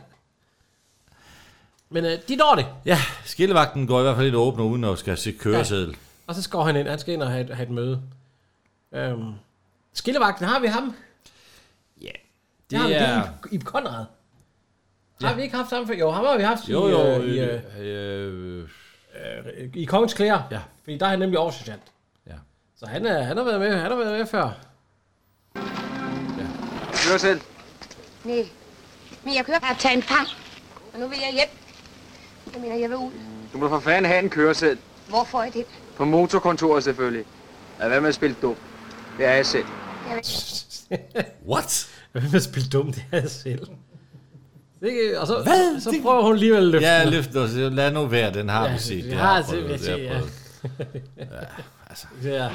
Men øh, de når det. Ja, skillevagten går i hvert fald lidt åbne uden at skal se køreseddel. Ja. Og så skal han ind. Han skal ind og have et, have et møde. Øhm, skillevagten, har vi ham? Ja. Det har vi er... i, i Konrad. Ja. Har vi ikke haft ham før? Jo, ham har vi haft jo, i, jo, øh, i, øh, øh, øh, i Kongens Klæder. Ja. Fordi der er han nemlig oversergeant. Ja. Så han, er, han har været med, han har været med før. Ja. Kør selv. Nej. Men jeg kører at tage en fang. Og nu vil jeg hjem. Jeg mener, jeg vil ud. Du må for fanden have en køresæd. Hvor får jeg det? På motorkontoret selvfølgelig. Lad være med at spille dum. Det er jeg selv. What? Hvad med at spille dum, det er jeg selv. Det, og så, Hvad? så prøver hun alligevel at løfte Ja, den. løft os. Lad nu være, den har Ja, vi set. vi det har jeg set, prøvet, vi har det jeg set, ja. prøvet. Ja, altså. Ja.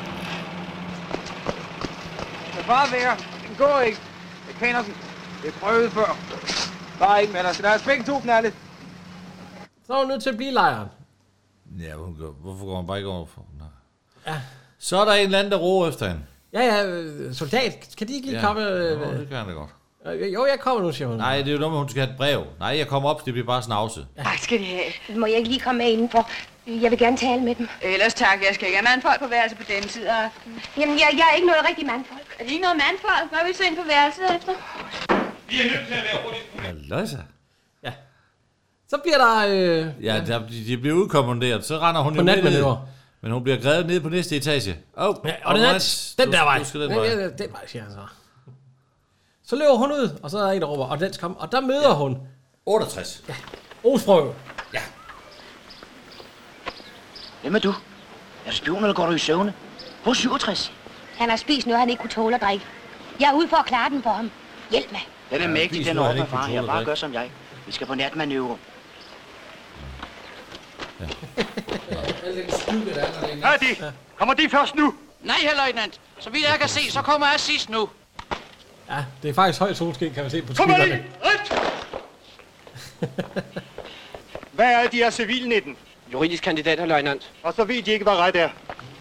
Lad bare være. Den går ikke. Jeg kender den. Det er prøvet før. Bare ikke med dig. Så lad os begge to knalde. Så er hun nødt til at blive lejren. Ja, hun går, hvorfor går hun bare ikke over for? Nej. Ja. Så er der en eller anden, der roer efter hende. Ja, ja, øh, soldat. Kan de ikke lige Ja. komme? Øh, Nå, det kan han da godt. øh, jo, jeg kommer nu, siger hun. Nej, det er jo noget med, hun skal have et brev. Nej, jeg kommer op, det bliver bare snavset. Tak skal de have. Må jeg ikke lige komme med indenfor? Jeg vil gerne tale med dem. Ellers tak, jeg skal ikke have mandfolk på værelse på denne tid af aftenen. Jamen, jeg, jeg er ikke noget rigtig mandfolk. Er det ikke noget mandfolk? Hvad vil du så ind på værelset efter? Vi er nødt til at være hurtigt. Løjse. Ja. Så bliver der... Øh, Ja, der, de, de bliver udkommanderet. Så render hun På jo ned. natmanøvre. Men hun bliver grebet ned på næste etage. Oh, ja, og den, er, den der vej. Du skal den Ja, vej. ja, den vej, siger han så. Så løber hun ud, og så er der en, der råber, og den skal komme. Og der møder ja. hun... otteogtres. Ja. Osprøve. Ja. Hvem er du? Er du spion, eller går du i søvne? Hvor er syvogtres? Han har spist noget, han ikke kunne tåle at drikke. Jeg er ude for at klare den for ham. Hjælp mig. Den er Ja, mægtig, spis den noget, han ordner ikke kunne far. tåle Jeg at bare drikke. gør som jeg. Vi skal på natmanøvre. Hej de! Kommer de først nu? Nej, herr løjtnant. Så vidt jeg kan se, så kommer jeg sidst nu. Ja, det er faktisk højt solskin, kan man se på Kom skylderne. ind! Hvad er de her civilnitten? Juridisk kandidat, herr løjtnant. Og så ved de ikke, hvad ret er.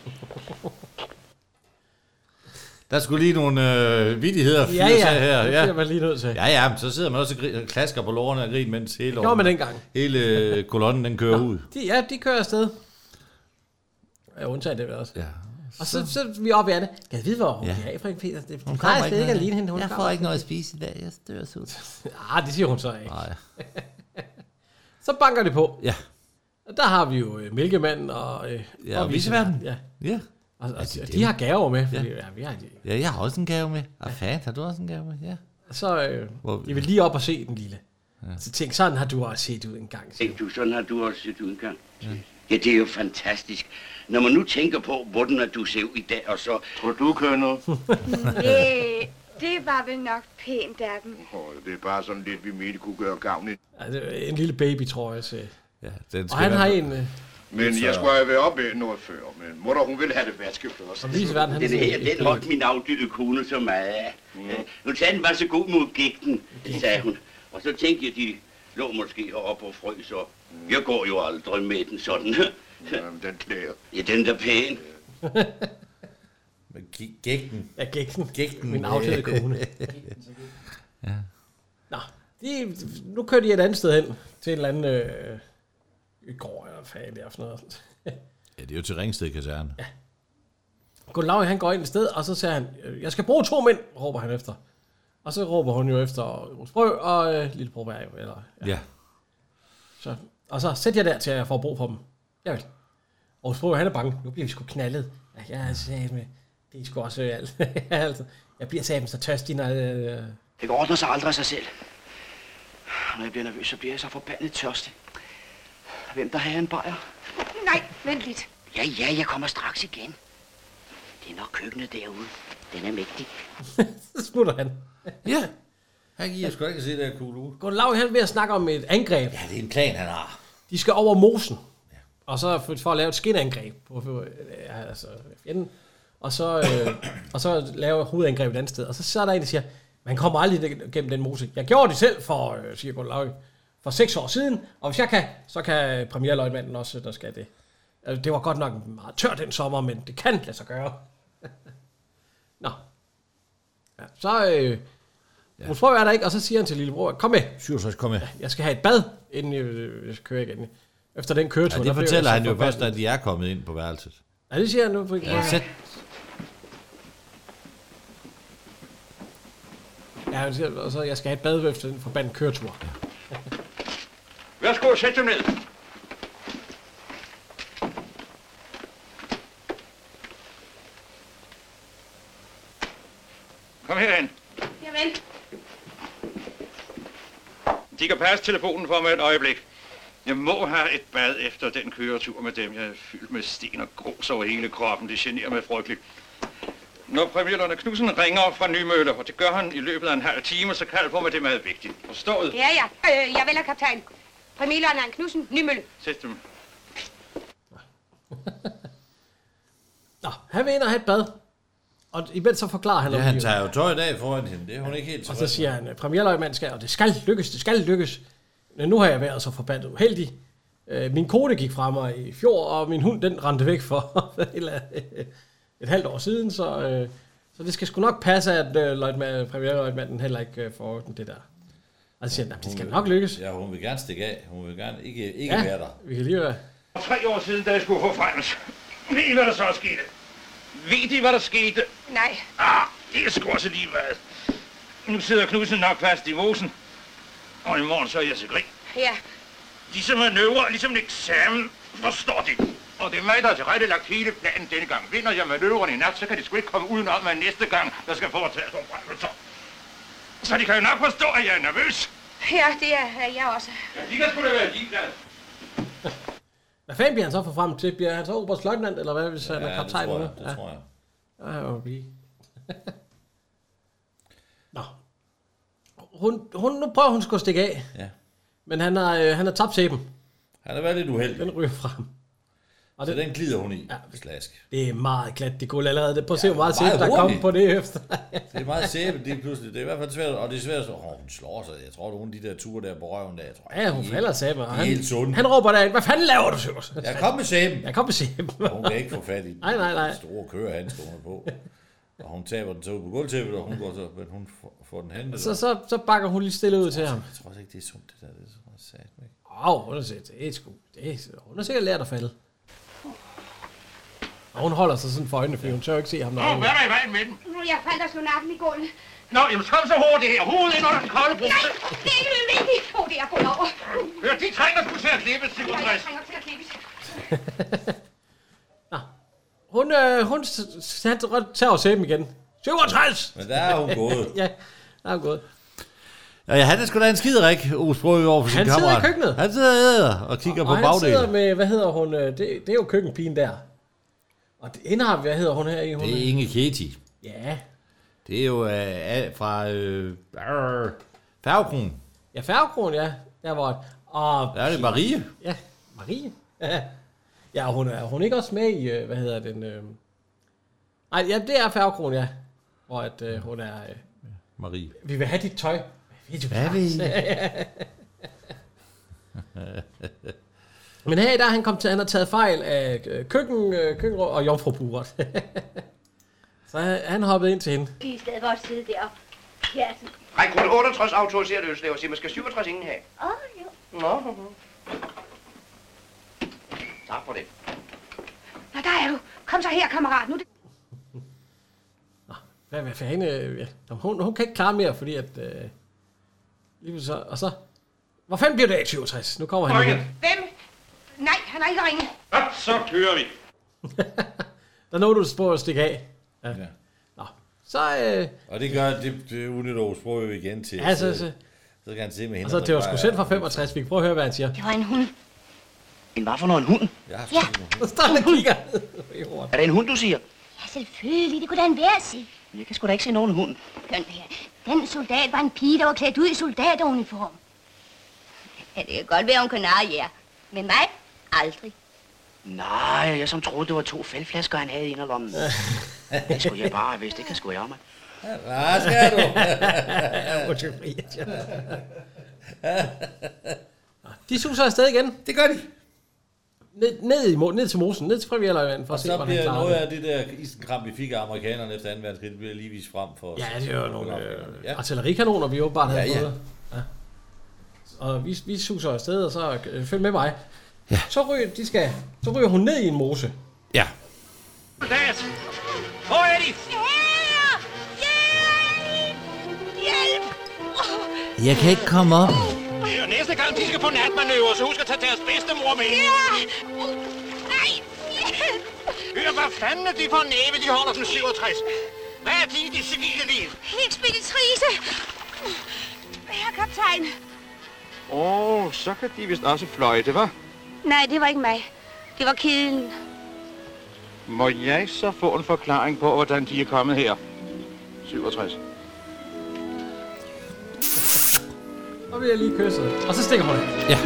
Der skulle lige nogle øh, vittigheder Ja, fyres ja, af her. det bliver man lige nødt til. Ja, ja, men så sidder man også og grin- klasker på lårene og griner, mens hele, gjorde man dengang. hele øh, kolonnen den kører ud. De, ja, de kører afsted. Ja, undtaget det vel også. Ja. Og så, så er vi oppe i Anne. Kan jeg vide, hvor hun Ja. er af, Frank Peter? Det Hun plejer kommer slet ikke ikke at med. ligne hende. Hun Jeg kommer får ikke også- noget at spise i dag. Jeg støres ud. Ah, det siger hun så ikke. Nej. Så banker det på. Ja. Og der har vi jo øh, mælkemanden og... Øh, Ja, og viseværten. Ja. Ja. Og, og, det og dem? de har gaver med. Fordi, Ja. ja. Ja, vi har, Ja, jeg har også en gave med. Og fan, har du også en gave med? Ja. så øh, Hvor- de vil lige op og se den lille. Ja. Så tænk, sådan har du også set ud en gang. Tænk du, sådan har du også set ud en gang. Ja. Ja, det er jo fantastisk. Når man nu tænker på, hvordan at du ser ud i dag, og så... Tror du, Kønner? Nej, det var vel nok pænt af dem. Oh, det er bare sådan lidt, vi mente kunne gøre gavn i. Ja, det er en lille baby, tror jeg. Så. Ja, den Og han har en... Øh, Men jeg skulle have været oppe noget før, men mutter, hun ville have det vasket først. Og viseverden, han Den siger- her, den holdt min afdøde kone så meget af. Ja. Nu sagde den var så god mod gigten, sagde hun. Og så tænkte jeg, de lå måske heroppe og frøs, og jeg går jo aldrig med den sådan. Jamen, den klæder. Ja, den der pæn. Men gægten. Ja, gægten. Gægten. Min afdøde kone. Ja. Nå, de, nu kører de et andet sted hen. Til en eller anden... Øh, i går, eller hvad fanden det er for noget. Ja, det er jo til Ringsted Kaserne. Ja. Gunnar, han går ind et sted, og så siger han, jeg skal bruge to mænd, råber han efter. Og så råber hun jo efter Rosbrø og øh, Lille Broberg, jo, eller... Ja. ja. Så, og så sæt jeg der til, at jeg får brug for dem. Jeg vil. Og Rosbrø, han er bange. Nu bliver vi sgu knaldet. Ja, jeg er sagt med... Det er sgu også øh, alt. altså, jeg bliver sammen så tørstig, når... Øh, Det ordner sig aldrig af sig selv. Når jeg bliver nervøs, så bliver jeg så forbandet tørstig. Hvem der har en bajer? Nej, vent lidt. Ja, ja, jeg kommer straks igen. Det er nok køkkenet derude. Den er mægtig. så smutter han. Ja. Han giver sgu ikke at se det her cool ud. Gunnar, han er ved at snakke om et angreb. Ja, det er en plan, han har. De skal over mosen. Ja. Og så for, for at lave et skinangreb på for, ja, altså, fjenden. Og så, øh, og så lave hovedangreb et andet sted. Og så, så er der en, der siger, man kommer aldrig gennem den mose. Jeg gjorde det selv for, øh, siger Gunnar, for seks år siden. Og hvis jeg kan, så kan premierløjtmanden også, der skal det. Altså, det var godt nok meget tørt den sommer, men det kan lade sig gøre. Nå. Ja, så øh, ja. Rosbrød er der ikke, og så siger han til lillebror, kom med. syvogtres, kom med. Jeg skal have et bad, inden jeg, jeg skal køre igen. Efter den køretur. Ja, det fortæller han jo først, at de er kommet ind på værelset. Ja, det siger han nu. Ja, sæt. Ja, han siger, og så jeg skal have et bad efter den forbandede køretur. Værsgo, sæt dem ned. Kom herhen. Jamen. De kan passe telefonen for mig et øjeblik. Jeg må have et bad efter den køretur med dem. Jeg er fyldt med sten og grus over hele kroppen. Det generer mig frygteligt. Når premierløjtnant Knudsen ringer fra Nymølle, og det gør han i løbet af en halv time, så kald på mig, det er meget vigtigt. Forstået? Ja, ja. Øh, jeg vælger kaptajn. Premierløjtnant Knudsen, Nymølle. Sæt dem. Nå, han vil ind og have et bad. Og imens så forklarer han... Ja, om han de- tager jo tøjet af foran hende. Det er hun ikke helt Og så siger han, premierløjtnand skal, og det skal lykkes, det skal lykkes. Men nu har jeg været så forbandet uheldig. Øh, min kone gik fra mig i fjor, og min hund, den rendte væk for et halvt år siden, så, øh, så det skal sgu nok passe, at øh, løjtmand, premierløjtmanden heller ikke øh, får den det der. Og så siger han, det skal nok lykkes. Ja, hun vil gerne stikke af. Hun vil gerne ikke, ikke Ja, være der. vi kan lige være. For tre år siden, da jeg skulle få fremmest. Ved I, hvad der så er sket? Ved I, hvad der skete? Nej. Ah, det er sgu også lige hvad. Nu sidder Knudsen nok fast i mosen. Og i morgen så er jeg til grin. Ja. Disse manøvrer, ligesom en eksamen, forstår de. Og det er mig, der har tilrettelagt hele planen denne gang. Vinder jeg manøvrerne i nat, så kan de sgu ikke komme udenom, at næste gang, der skal foretages opremmelser. Så de kan jo nok forstå, at jeg er nervøs. Ja, det er er jeg også. Ja, de kan sgu da være ligeglade. Hvad fanden bliver han så for frem til? Bliver han så oberstløjtnant, eller hvad, hvis han Ja, er kaptajn? det tror nu? jeg, det tror jeg. Ja, jeg må blive. Nå. Hun, hun, nu prøver hun sgu at stikke af. Ja. Men han har, øh, han har tabt sæben. Han har været lidt uheldig. Den ryger frem. Og Så det, den glider hun i. Ja. Slask. det er meget glat, det gulv allerede. Prøv at se, hvor meget meget sæbe, der er hurtigt. kommet på det efter. Det er meget sæbe, det er pludselig. Det er i hvert fald svært, og det er svært, så oh, hun slår sig. Jeg tror, nogle af de der ture der på røven der, jeg tror, Ja, hun de er falder helt- sæben. de er Han, helt sunde. han råber derind, hvad fanden laver du, Søvers? Jeg kom med sæben. Jeg kom med sæben. Og hun kan ikke få fat i den. Nej, nej, nej. Store kørehandsker, hun er på. Og hun taber den så ud på gulvtæppet, og hun går så, men hun får, får den hentet. Så, så, så bakker hun lige stille ud til ham. Jeg tror også ikke, det er sundt, det der. Det er så meget sat, ikke? Åh, oh, hun har set, det er sgu, det er, hun har sikkert lært at falde. Og hun holder sig sådan for øjnene, fordi hun tør ikke se ham, når Åh, han... hvad er der i vejen med den? Nu jeg faldt og slog nakken i gulvet. Nå, jamen kom så hurtigt her. Hovedet ind under den kolde bruse. Nej, det er ikke nødvendigt. Åh, oh, det er gået over. Hør, de trænger sgu til at klippes, Ja, Sigurd jeg Dres. trænger til at klippes. Hun, øh, hun s- han tager sæben igen. syvogtres! Men der er hun gået. Ja, der er hun gået. Ja, ja, han er sgu da en skiderik, Osprøg, over for sin Han kammerat. sidder i køkkenet. Han sidder og æder og kigger og på han sidder bagdelen. med, hvad hedder hun, øh, det, det er jo køkkenpigen der. Og det ender, hvad hedder hun her i? Hun Det er Inge Keti. Ja. Det er jo øh, fra øh, øh, Færgekron. Ja, Færgekron, ja. Der var... Og Der er det Marie. Ja, Marie. Ja, ja og hun er hun er ikke også med i, øh, hvad hedder den... Øh... Nej, ja, det er Færgekron, ja. Hvor at, øh, hun er... Øh... Marie. Vi vil have dit tøj. Hvad ved du? Hvad vil I? Men her der han kom til, han har taget fejl af øh, køkken, øh, køkken og jomfruburet. Så han, han hoppede ind til hende. I stedet for at sidde deroppe. Ja, altså. Nej, kun otteogtres autoriserede ølslaver, siger man skal syvogtres ingen have. Åh, oh, jo. Nå. Tak for det. Nå, der er du. Kom så her, kammerat. Nu er det... Hvad, hvad fanden? Øh, ja. Nå, hun, hun kan ikke klare mere, fordi at... Øh, lige så, og så... Hvor fanden bliver det af syvogtres? Nu kommer han igen. Hvem? Nej, han har ikke ringet. Godt, så kører vi. Der nåede du på at stikke af. Ja. Ja. Nå, så... Øh, Og det gør, det, det udnytter Osprøg igen til. Ja, så- så, så- så kan han se med hende. og så det var sgu sendt fra femogtres. Vi kan prøve at høre, hvad han siger. Det var en hund. En hvad for noget, en hund? Ja. Så står han og kigger. Er det en hund, du siger? Ja, selvfølgelig. Det kunne da en værd se. Jeg kan sgu da ikke se nogen hund. Den, ja, den soldat var en pige, der var klædt ud i soldateruniform. Ja, det kan godt være, hun kan narre jer. Men mig? Aldrig. Nej, jeg som troede, det var to fældflasker, han havde i inderlommen. Det skulle jeg bare have vidst. Det kan sgu jeg mig. Hvad skal du? De suser afsted igen. Det gør de. Ned, ned, i, mo- ned til mosen, ned til Premierløjtnanden, for Og at se, så hvordan han bliver klarer noget det. af det der isenkram, vi fik af amerikanerne efter anden verdenskrig, det bliver lige vist frem for os. Ja, det er jo nogle øh, Ja. artillerikanoner, vi åbenbart havde Ja, ja. fået. Ja. Og vi, vi suser afsted, og så øh, følg med mig. Ja. Så, ryger, de skal, så ryger hun ned i en mose. Ja. Soldat! Hvor er de? Her! Hjælp! Hjælp! Jeg kan ikke komme op. Det er jo næste gang, de skal på natmanøver, så husk at tage deres bedstemor med. Ja! Uh, nej! Hjælp! Hør, hvad fanden er de for næve, de holder som syvogtres? Hvad er de i de civile liv? Ekspeditrice! Herre kaptajn. Åh, oh, så kan de vist også fløjte, hva'? Nej, det var ikke mig. Det var kedlen. Må jeg så få en forklaring på, hvordan de er kommet her? syvogtres. Og bliver lige kysset. Og så stikker hun af. Ja.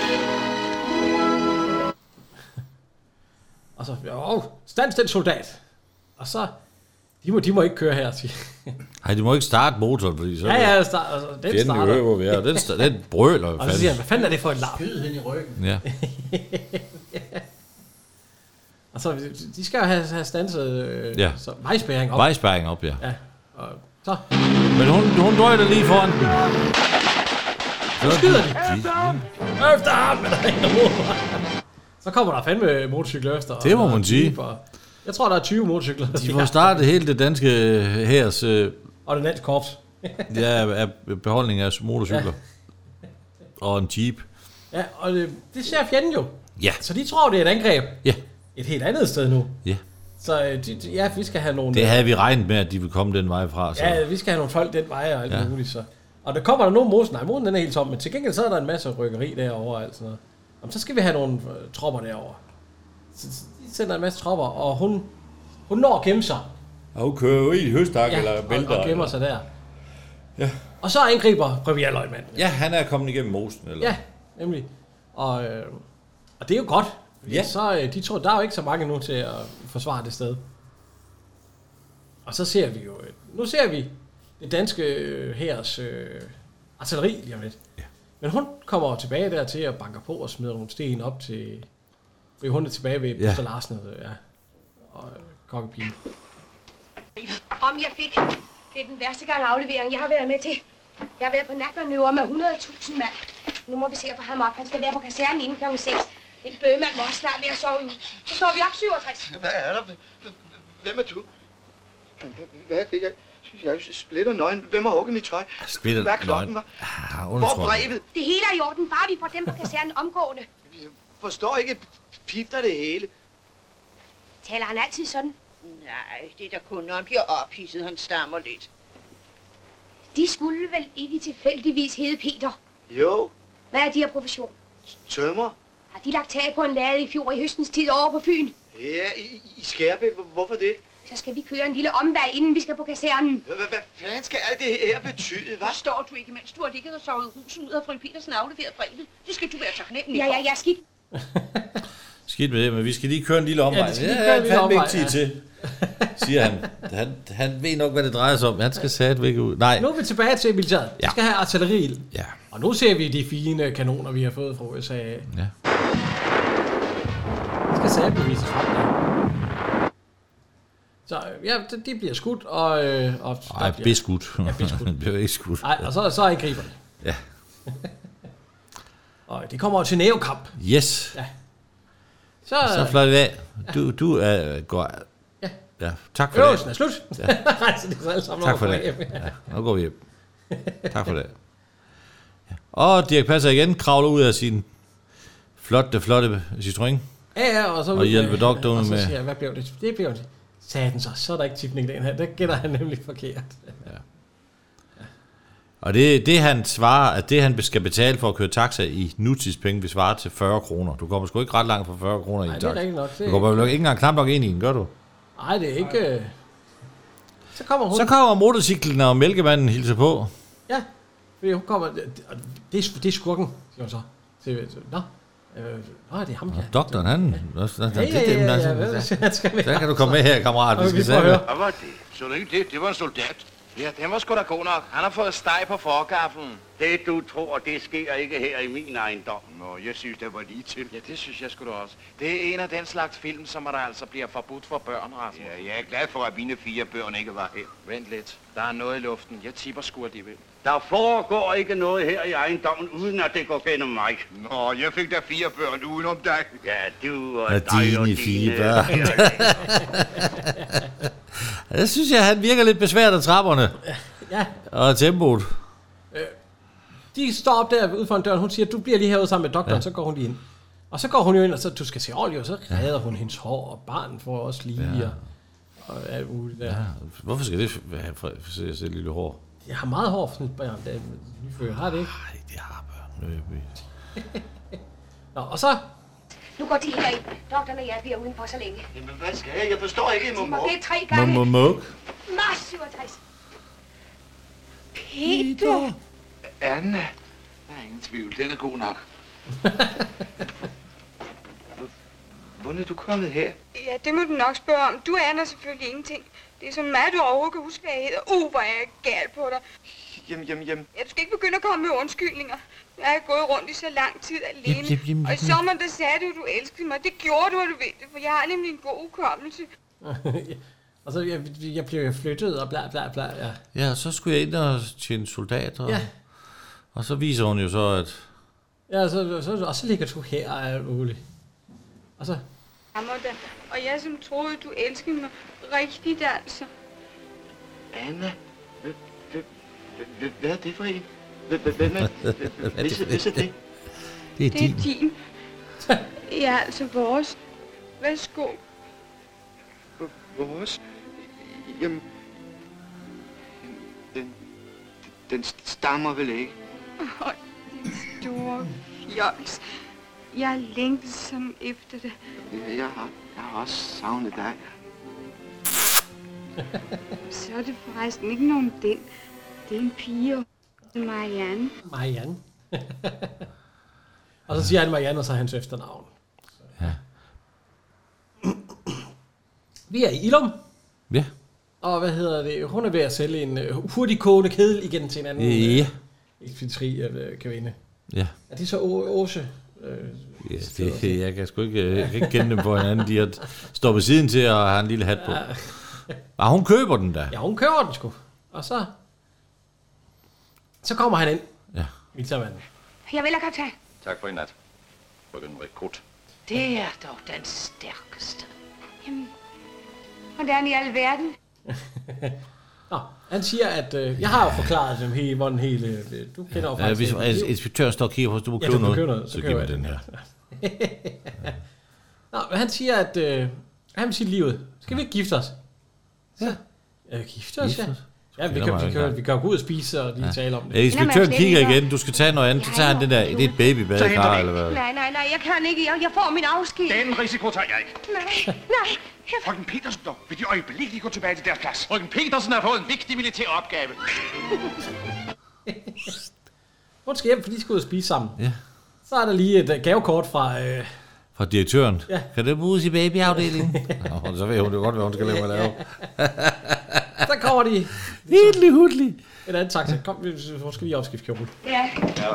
Og så, åh, stands den soldat. Og så, de må, de må ikke køre her, siger. Nej, de må ikke starte motoren, fordi så... Ja, ja, start, altså, den fjenden starter. Jo, hvor vi er. Den, sta- den brøler. Og så siger han, hvad fanden er det for en larm? Skyd hen i ryggen. Ja. Og så, de skal jo have, have standset øh, Ja. så, vejspæring op. Vejspæring op, ja. Ja, og så... Men hun, hun drøjter lige foran den. Så skyder de. Efter ham! Efter ham! Så kommer der fandme motorcykler efter. Det må man sige. Jeg tror, der er tyve motorcykler. De får startet hele det danske hærs... Øh, og det danske korps. ja, af beholdning af motorcykler. Ja. Og en jeep. Ja, og det, det ser fjenden jo. Ja. Så de tror, det er et angreb. Ja. Et helt andet sted nu. Ja. Så de, de, ja, vi skal have nogle... Det havde vi regnet med, at de ville komme den vej fra. Så. Ja, vi skal have nogle folk den vej og alt Ja. muligt. Så. Og der kommer der nogle mosen. Nej, mosen den er helt tom, men til gengæld så er der en masse rykkeri derovre og alt sådan noget. Jamen, så skal vi have nogle uh, tropper derovre. Så, så de sender en masse tropper, og hun, hun når at gemme sig. Og hun kører jo i høstak Ja, eller vælter. og, og gemmer sig der. Ja. Og så angriber premierløjtmanden. Ja, han er kommet igennem mosen. Eller? Ja, nemlig. Og, øh, og det er jo godt. Ja. Så øh, de tror, der er jo ikke så mange nu til at forsvare det sted. Og så ser vi jo... Øh, nu ser vi det danske øh, hærs øh, artilleri lige om lidt. Ja. Men hun kommer tilbage der til at banke på og smider nogle sten op til... Fordi hun er tilbage ved Ja. Buster Larsen ja. og øh, kokkepigen. Om jeg fik. Det er den værste gang aflevering, jeg har været med til. Jeg har været på natmanøvre med hundrede tusind mand. Nu må vi se at få ham op. Han skal være på kasernen inden klokken seks. Den bøgemand må også snart være at sove ud. Så står vi op syvogtres. Hvad er der? Hvem er du? Hvad er det? Jeg, jeg er splitter nøgen. Hvem har hugget mit tøj? Splitter Hvad er klokken, nøgen. var? Ah, Hvor er brevet? Det hele er i orden, bare vi får dem på kasernen omgående. Jeg forstår ikke, pifter det hele. Taler han altid sådan? Nej, det er da kun, når han bliver ophidset, han stammer lidt. De skulle vel ikke tilfældigvis hedde Peter? Jo, Hvad er de her profession? tømmer. Har de lagt tag på en lade i fjor i høstens tid over på Fyn? Ja, i, i Skærbæk. Hvorfor det? Så skal vi køre en lille omvej, inden vi skal på kasernen. Hvad, hvad fanden skal alt det her betyde, hva'? Forstår du ikke, mens du har ligget og sovet huset ud, og fru Petersen afleveret brevet? Det skal du være taknemmelig Ja, for. ja, ja, skidt. Skidt med det, men vi skal lige køre en lille omvej. Ja, de skal lige Ja, køre en det lille er fandme ikke omvej, tid til, siger han. han. Han ved nok, hvad det drejer sig om. Han skal sætte væk ud. Nej. Nu er vi tilbage til militæret. Vi Ja. skal have artilleri. Ja. Og nu ser vi de fine kanoner, vi har fået fra U S A. Ja. Det skal sable vise frem der. Så ja, de, de bliver skudt, og... Øh, og der Ej, bliver- beskudt. Ja, beskudt. Han bliver ikke skudt. Nej, og så, så angriber de. Ja. Og det kommer til nævekamp. Yes. Ja. Så, Så flot det af. Du, du er... Går, Ja. Ja, tak for det. Øvelsen er slut. Ja. Rejser de sig alle sammen Tak over for på det. hjem. Ja, nu går vi hjem. Tak for det. Ja. Og Dirk Passer igen kravler ud af sin flotte, flotte Citroën. Ja, ja, og så... Og hjælpe doktoren og så med- siger jeg, hvad blev det? Det blev det. Saten så, så er der ikke tipning den her. Det gætter han nemlig forkert. Ja. Og det, det han svarer, at det han skal betale for at køre taxa i nutidspenge, vil svare til fyrre kroner. Du kommer sgu ikke ret langt for fyrre kroner i Nej, en det er taxa. rigtigt nok. Det Du kommer jo ikke engang knap nok ind i den, gør du? Nej, det er ikke... øh. Så kommer hun. Så kommer motorcyklen, og mælkemanden hilser på. Ja, fordi hun kommer... Det, det, er, det er skurken, siger hun så. Til, nå, øh, nå, det er ham, ja. Doktoren, han... Ja, Ja, ja, ja, ja, ja, ja, skal vi- Der kan du komme med her, kammerat. Vi Okay, skal vi får høre. se. Hvad var det? Så du ikke det? Det var en soldat. Ja, den var sgu da god nok. Han har fået steg på forgaffelen. Det du tror, det sker ikke her i min ejendom. Nå, jeg synes, det var lige til. Ja, det synes jeg sgu da også. Det er en af den slags film, som der altså bliver forbudt for børn, Rasmus. Ja, jeg er glad for, at mine fire børn ikke var her. Vent lidt. Der er noget i luften. Jeg tipper sgu alligevel. Der foregår ikke noget her i ejendommen, uden at det går gennem mig. Nå, jeg fik da fire børn udenom dig. Ja, du og Og dig og dine fire børn. dine... Jeg synes, jeg, han virker lidt besværet af trapperne. Ja. Og tempoet. De står op der ude foran døren. Hun siger, du bliver lige herude sammen med doktoren, Ja. ja. Så går hun lige ind. Og så går hun jo ind, og så, du skal se ordentligt, og så redder hun hendes hår, og barnet får også lige, Ja. og, og alt muligt der. Ja. Hvorfor skal det være for, for, for, for lille hår? Jeg har meget hår for sådan et barn, der er nyfødt. Har det ikke? Nej, det har børn. Nå, og så... Nu går de her ind. Doktoren og jeg bliver udenfor så længe. Jamen, hvad skal jeg? Jeg forstår ikke, De må det tre gange. Mumuk. Mars syvogtres. Peter. Anna. Der er ingen tvivl. Den er god nok. Hvordan er du kommet her? Ja, det må du nok spørge om. Du aner selvfølgelig ingenting. Det er sådan meget, du overhovedet kan huske, hvad jeg hedder. Uh, hvor er jeg gal på dig. Jamen, jamen, jamen. Ja, du skal ikke begynde at komme med undskyldninger. Jeg har gået rundt i så lang tid alene. Jim, Jim, Jim, og i sommer, der sagde du, at du elskede mig. Det gjorde du, at du ved det, for jeg har nemlig en god hukommelse. Og så jeg, jeg bliver flyttet og bla bla bla, ja. Ja, så skulle jeg ind og tjene soldater. Ja. Og så viser hun jo så, at... Ja, så, så, og så ligger du her og alt muligt. Og så... Og jeg som troede, du elskede mig rigtigt, altså. Anna, hvad er det for en? Hvem er det? Hvad er det? Det er Det er din. Ja, altså vores. Værsgo. Vores? Jamen, den, den stammer vel ikke? Åh, din store fjols. Jeg længtes sådan efter det. Ja, jeg har, jeg har også savnet dig. Så er det forresten ikke nogen den. Det er en pige. Marianne. Marianne. Og så siger han Marianne, og så er hans efternavn. Ja. Vi er i Ilum. Ja. Og hvad hedder det? Hun er ved at sælge en uh, hurtigkogende kedel igen til en anden Ja. uh, ekspeditri uh, kvinde. Ja. Er det så Åse? Uh, Ja, det, jeg kan sgu ikke, jeg kan ikke kende dem på hinanden. De har stået ved siden til og har en lille hat på. Ja. Og hun køber den da. Ja, hun køber den sgu. Og så... Så kommer han ind. Ja. Militærmanden. Jeg vil have kaptajn. Tak for i nat. Frøken Rekrut. Det er dog den stærkeste. Jamen, hvordan i alverden? Nå, han siger, at... Øh, jeg har jo forklaret dem hele, hvordan hele... Øh, du kender jo Ja, faktisk... hvis altså, inspektøren står og kigger på, hvis du må Ja, købe du må noget, købe noget, så så giv køber mig jeg den den. her. Nå, men han siger, at... Øh, han vil sige livet. Skal vi ikke gifte os? Så, ja, gifte os, Gifte ja. os? Ja, vi Kender kan, mig vi, ikke kan, engang. vi kan jo gå ud og spise og lige Ja. tale om det. Ja, inspektøren kigger igen. Du skal tage noget andet. Så tager han det der. Det er et babybadekar, eller hvad? Nej, nej, nej, jeg kan ikke. Jeg, jeg får min afsked. Den risiko tager jeg ikke. Nej, nej. Jeg... Frøken Petersen dog, vil de øjeblikkeligt gå tilbage til deres plads. Frøken Petersen har fået en vigtig militær opgave. Hun skal hjem, for de skal ud og spise sammen. Ja. Så er der lige et uh, gavekort fra... Øh, Fra direktøren. Ja. Kan det bruges i babyafdelingen? Nå, så ved hun det godt, hvad hun skal lave med at lave. Så kommer de... Hidlig hudlig. Et andet taxa. Kom, vi hun skal lige opskifte kjole. Ja. Ja.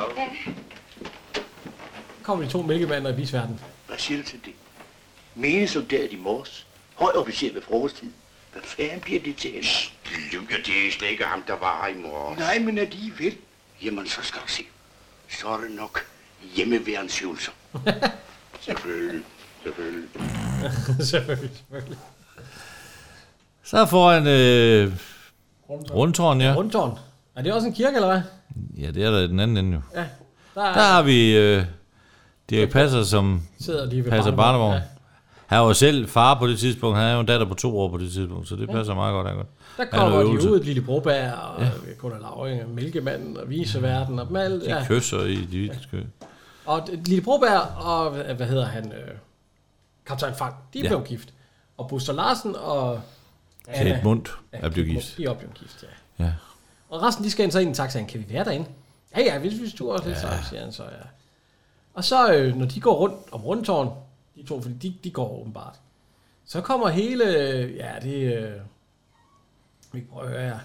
Så kommer de to mælkemænder i bisverden. Hvad siger du til det? Mene soldat i Mors. Høj officer ved frokosttid. Hvad fanden bliver det til? Lykker, det er slet ikke ham, der var her i Mors. Nej, men alligevel. Jamen, så skal du se. Så er det nok hjemmeværensøvelser. Selvfølgelig. Selvfølgelig. selvfølgelig, selvfølgelig. Så foran øh, Rundtårn, ja. Rundtårn. Er det også en kirke, eller hvad? Ja, det er der i den anden ende jo. Ja. Der, Der har vi øh, Dirk Passer, som Sidder lige ved passer barnevogn. barnevogn. Han var selv far på det tidspunkt. Han havde jo en datter på to år på det tidspunkt, så det Ja. passer meget godt. Der, Der kommer de ud, Lille Broberg og ja. Gunnar Lauring, og Mælkemanden og Viseverden og dem alle. De Ja. kysser i de vilde skø. Og Lille Broberg og, hvad hedder han, øh, Kaptajn Fang, de er Ja. blevet gift. Og Buster Larsen og... Kate Mundt er blevet Kate gift. Mundt, de er blevet gift, ja. Ja. Og resten, de skal ind så ind i taxaen. Kan vi være derinde? Ja, ja, hvis vi stuer os lidt, Ja. så siger han så, ja. Og så, øh, når de går rundt om Rundtårn, de to, fordi de, de går åbenbart, så kommer hele, ja, det, øh, vi prøver at høre her.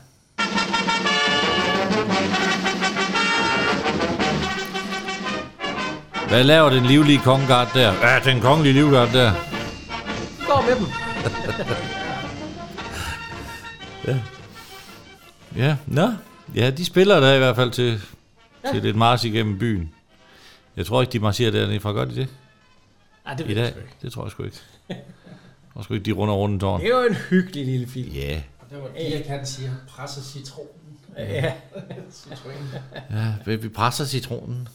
Hvad laver den livlige kongegard der? Ja, den kongelige livgard der. De går med dem. Ja. Ja, nå. Ja, de spiller der i hvert fald til, Ja. til lidt march igennem byen. Jeg tror ikke, de marcherer dernede fra. Gør de det? Nej, det I ved jeg dag? sgu ikke. Det tror jeg sgu ikke. Jeg tror sgu ikke, de runder rundt tårn. Det er jo en hyggelig lille film. Ja. Yeah. Det var Erik, han siger, presser citronen. Ja. Citronen. Ja, vi presser citronen.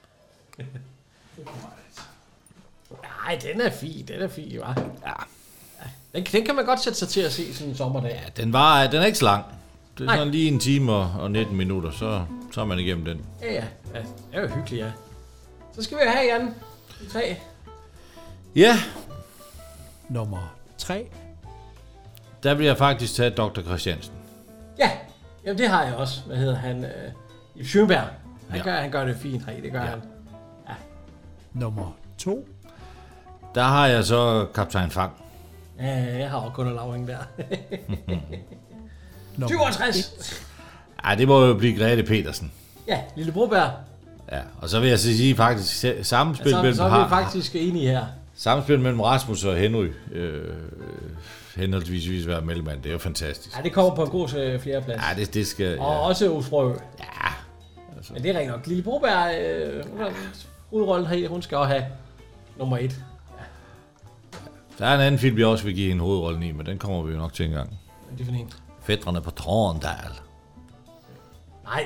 Nej, den er fin, den er fin, hva'? Ja. Den, den kan man godt sætte sig til at se sådan en sommerdag. Den, var, den er ikke så lang. Det er Nej. sådan lige en time og, og nitten minutter, så... Så er man igennem den. Ja, ja. ja det er jo hyggeligt, ja. Så skal vi have, Jan. De tre. Ja. Nummer tre. Der vil jeg faktisk tage doktor Christiansen. Ja, jamen det har jeg også. Hvad hedder han? Øh, Ib Schønberg. Han, Ja. gør, han gør det fint, det gør ja. han. Ja. Nummer to. Der har jeg så kaptajn Fang. Ja, jeg har også kun en lavring der. Nummer syvogtres. Ej, det må jo blive Grete Petersen. Ja, Lille Broberg. Ja, og så vil jeg så sige faktisk se- sammenspil Ja, så, mellem så er vi har- faktisk enige her. Samspil mellem Rasmus og Henry, øh, henholdsvis vil være mellemmand, det er jo fantastisk. Ja, det kommer på en god øh, fjerdeplads. Ja, det, det skal... Og Ja. også Osbrø. Ja. Altså. Men det er rent nok. Lille Broberg, øh, hun har hovedrollen her, hun skal også have nummer et. Der er en anden film, jeg også vil give en hovedrollen i, men den kommer vi jo nok til en gang. Det er for en. Fætrene på Trondal. Nej.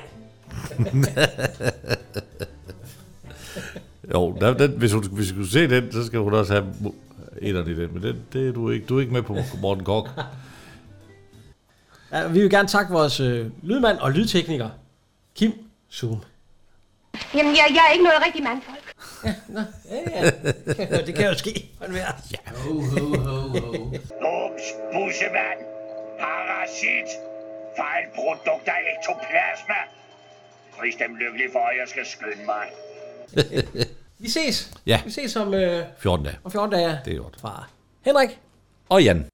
Jo, der, den, hvis, hun, hvis du skulle se den, så skal hun også have etterne i den, men det, det er du ikke. Du er ikke med på Morten Kork. Ja, vi vil gerne takke vores øh, lydmand og lydtekniker, Kim Zoom. Jamen, jeg, jeg er ikke noget rigtig mandfolk. Ja, nå, ja, ja. Det kan jo ske. Ja. Ho, ho, ho, ho. Ups, bussemand. Parasit. Fejlprodukt af ektoplasma. Pris dem lykkelig for, at jeg skal skynde mig. Vi ses. Ja. Vi ses om, øh, fjorten dage. om fjorten dage. Det er godt. Fra Henrik. Og Jan.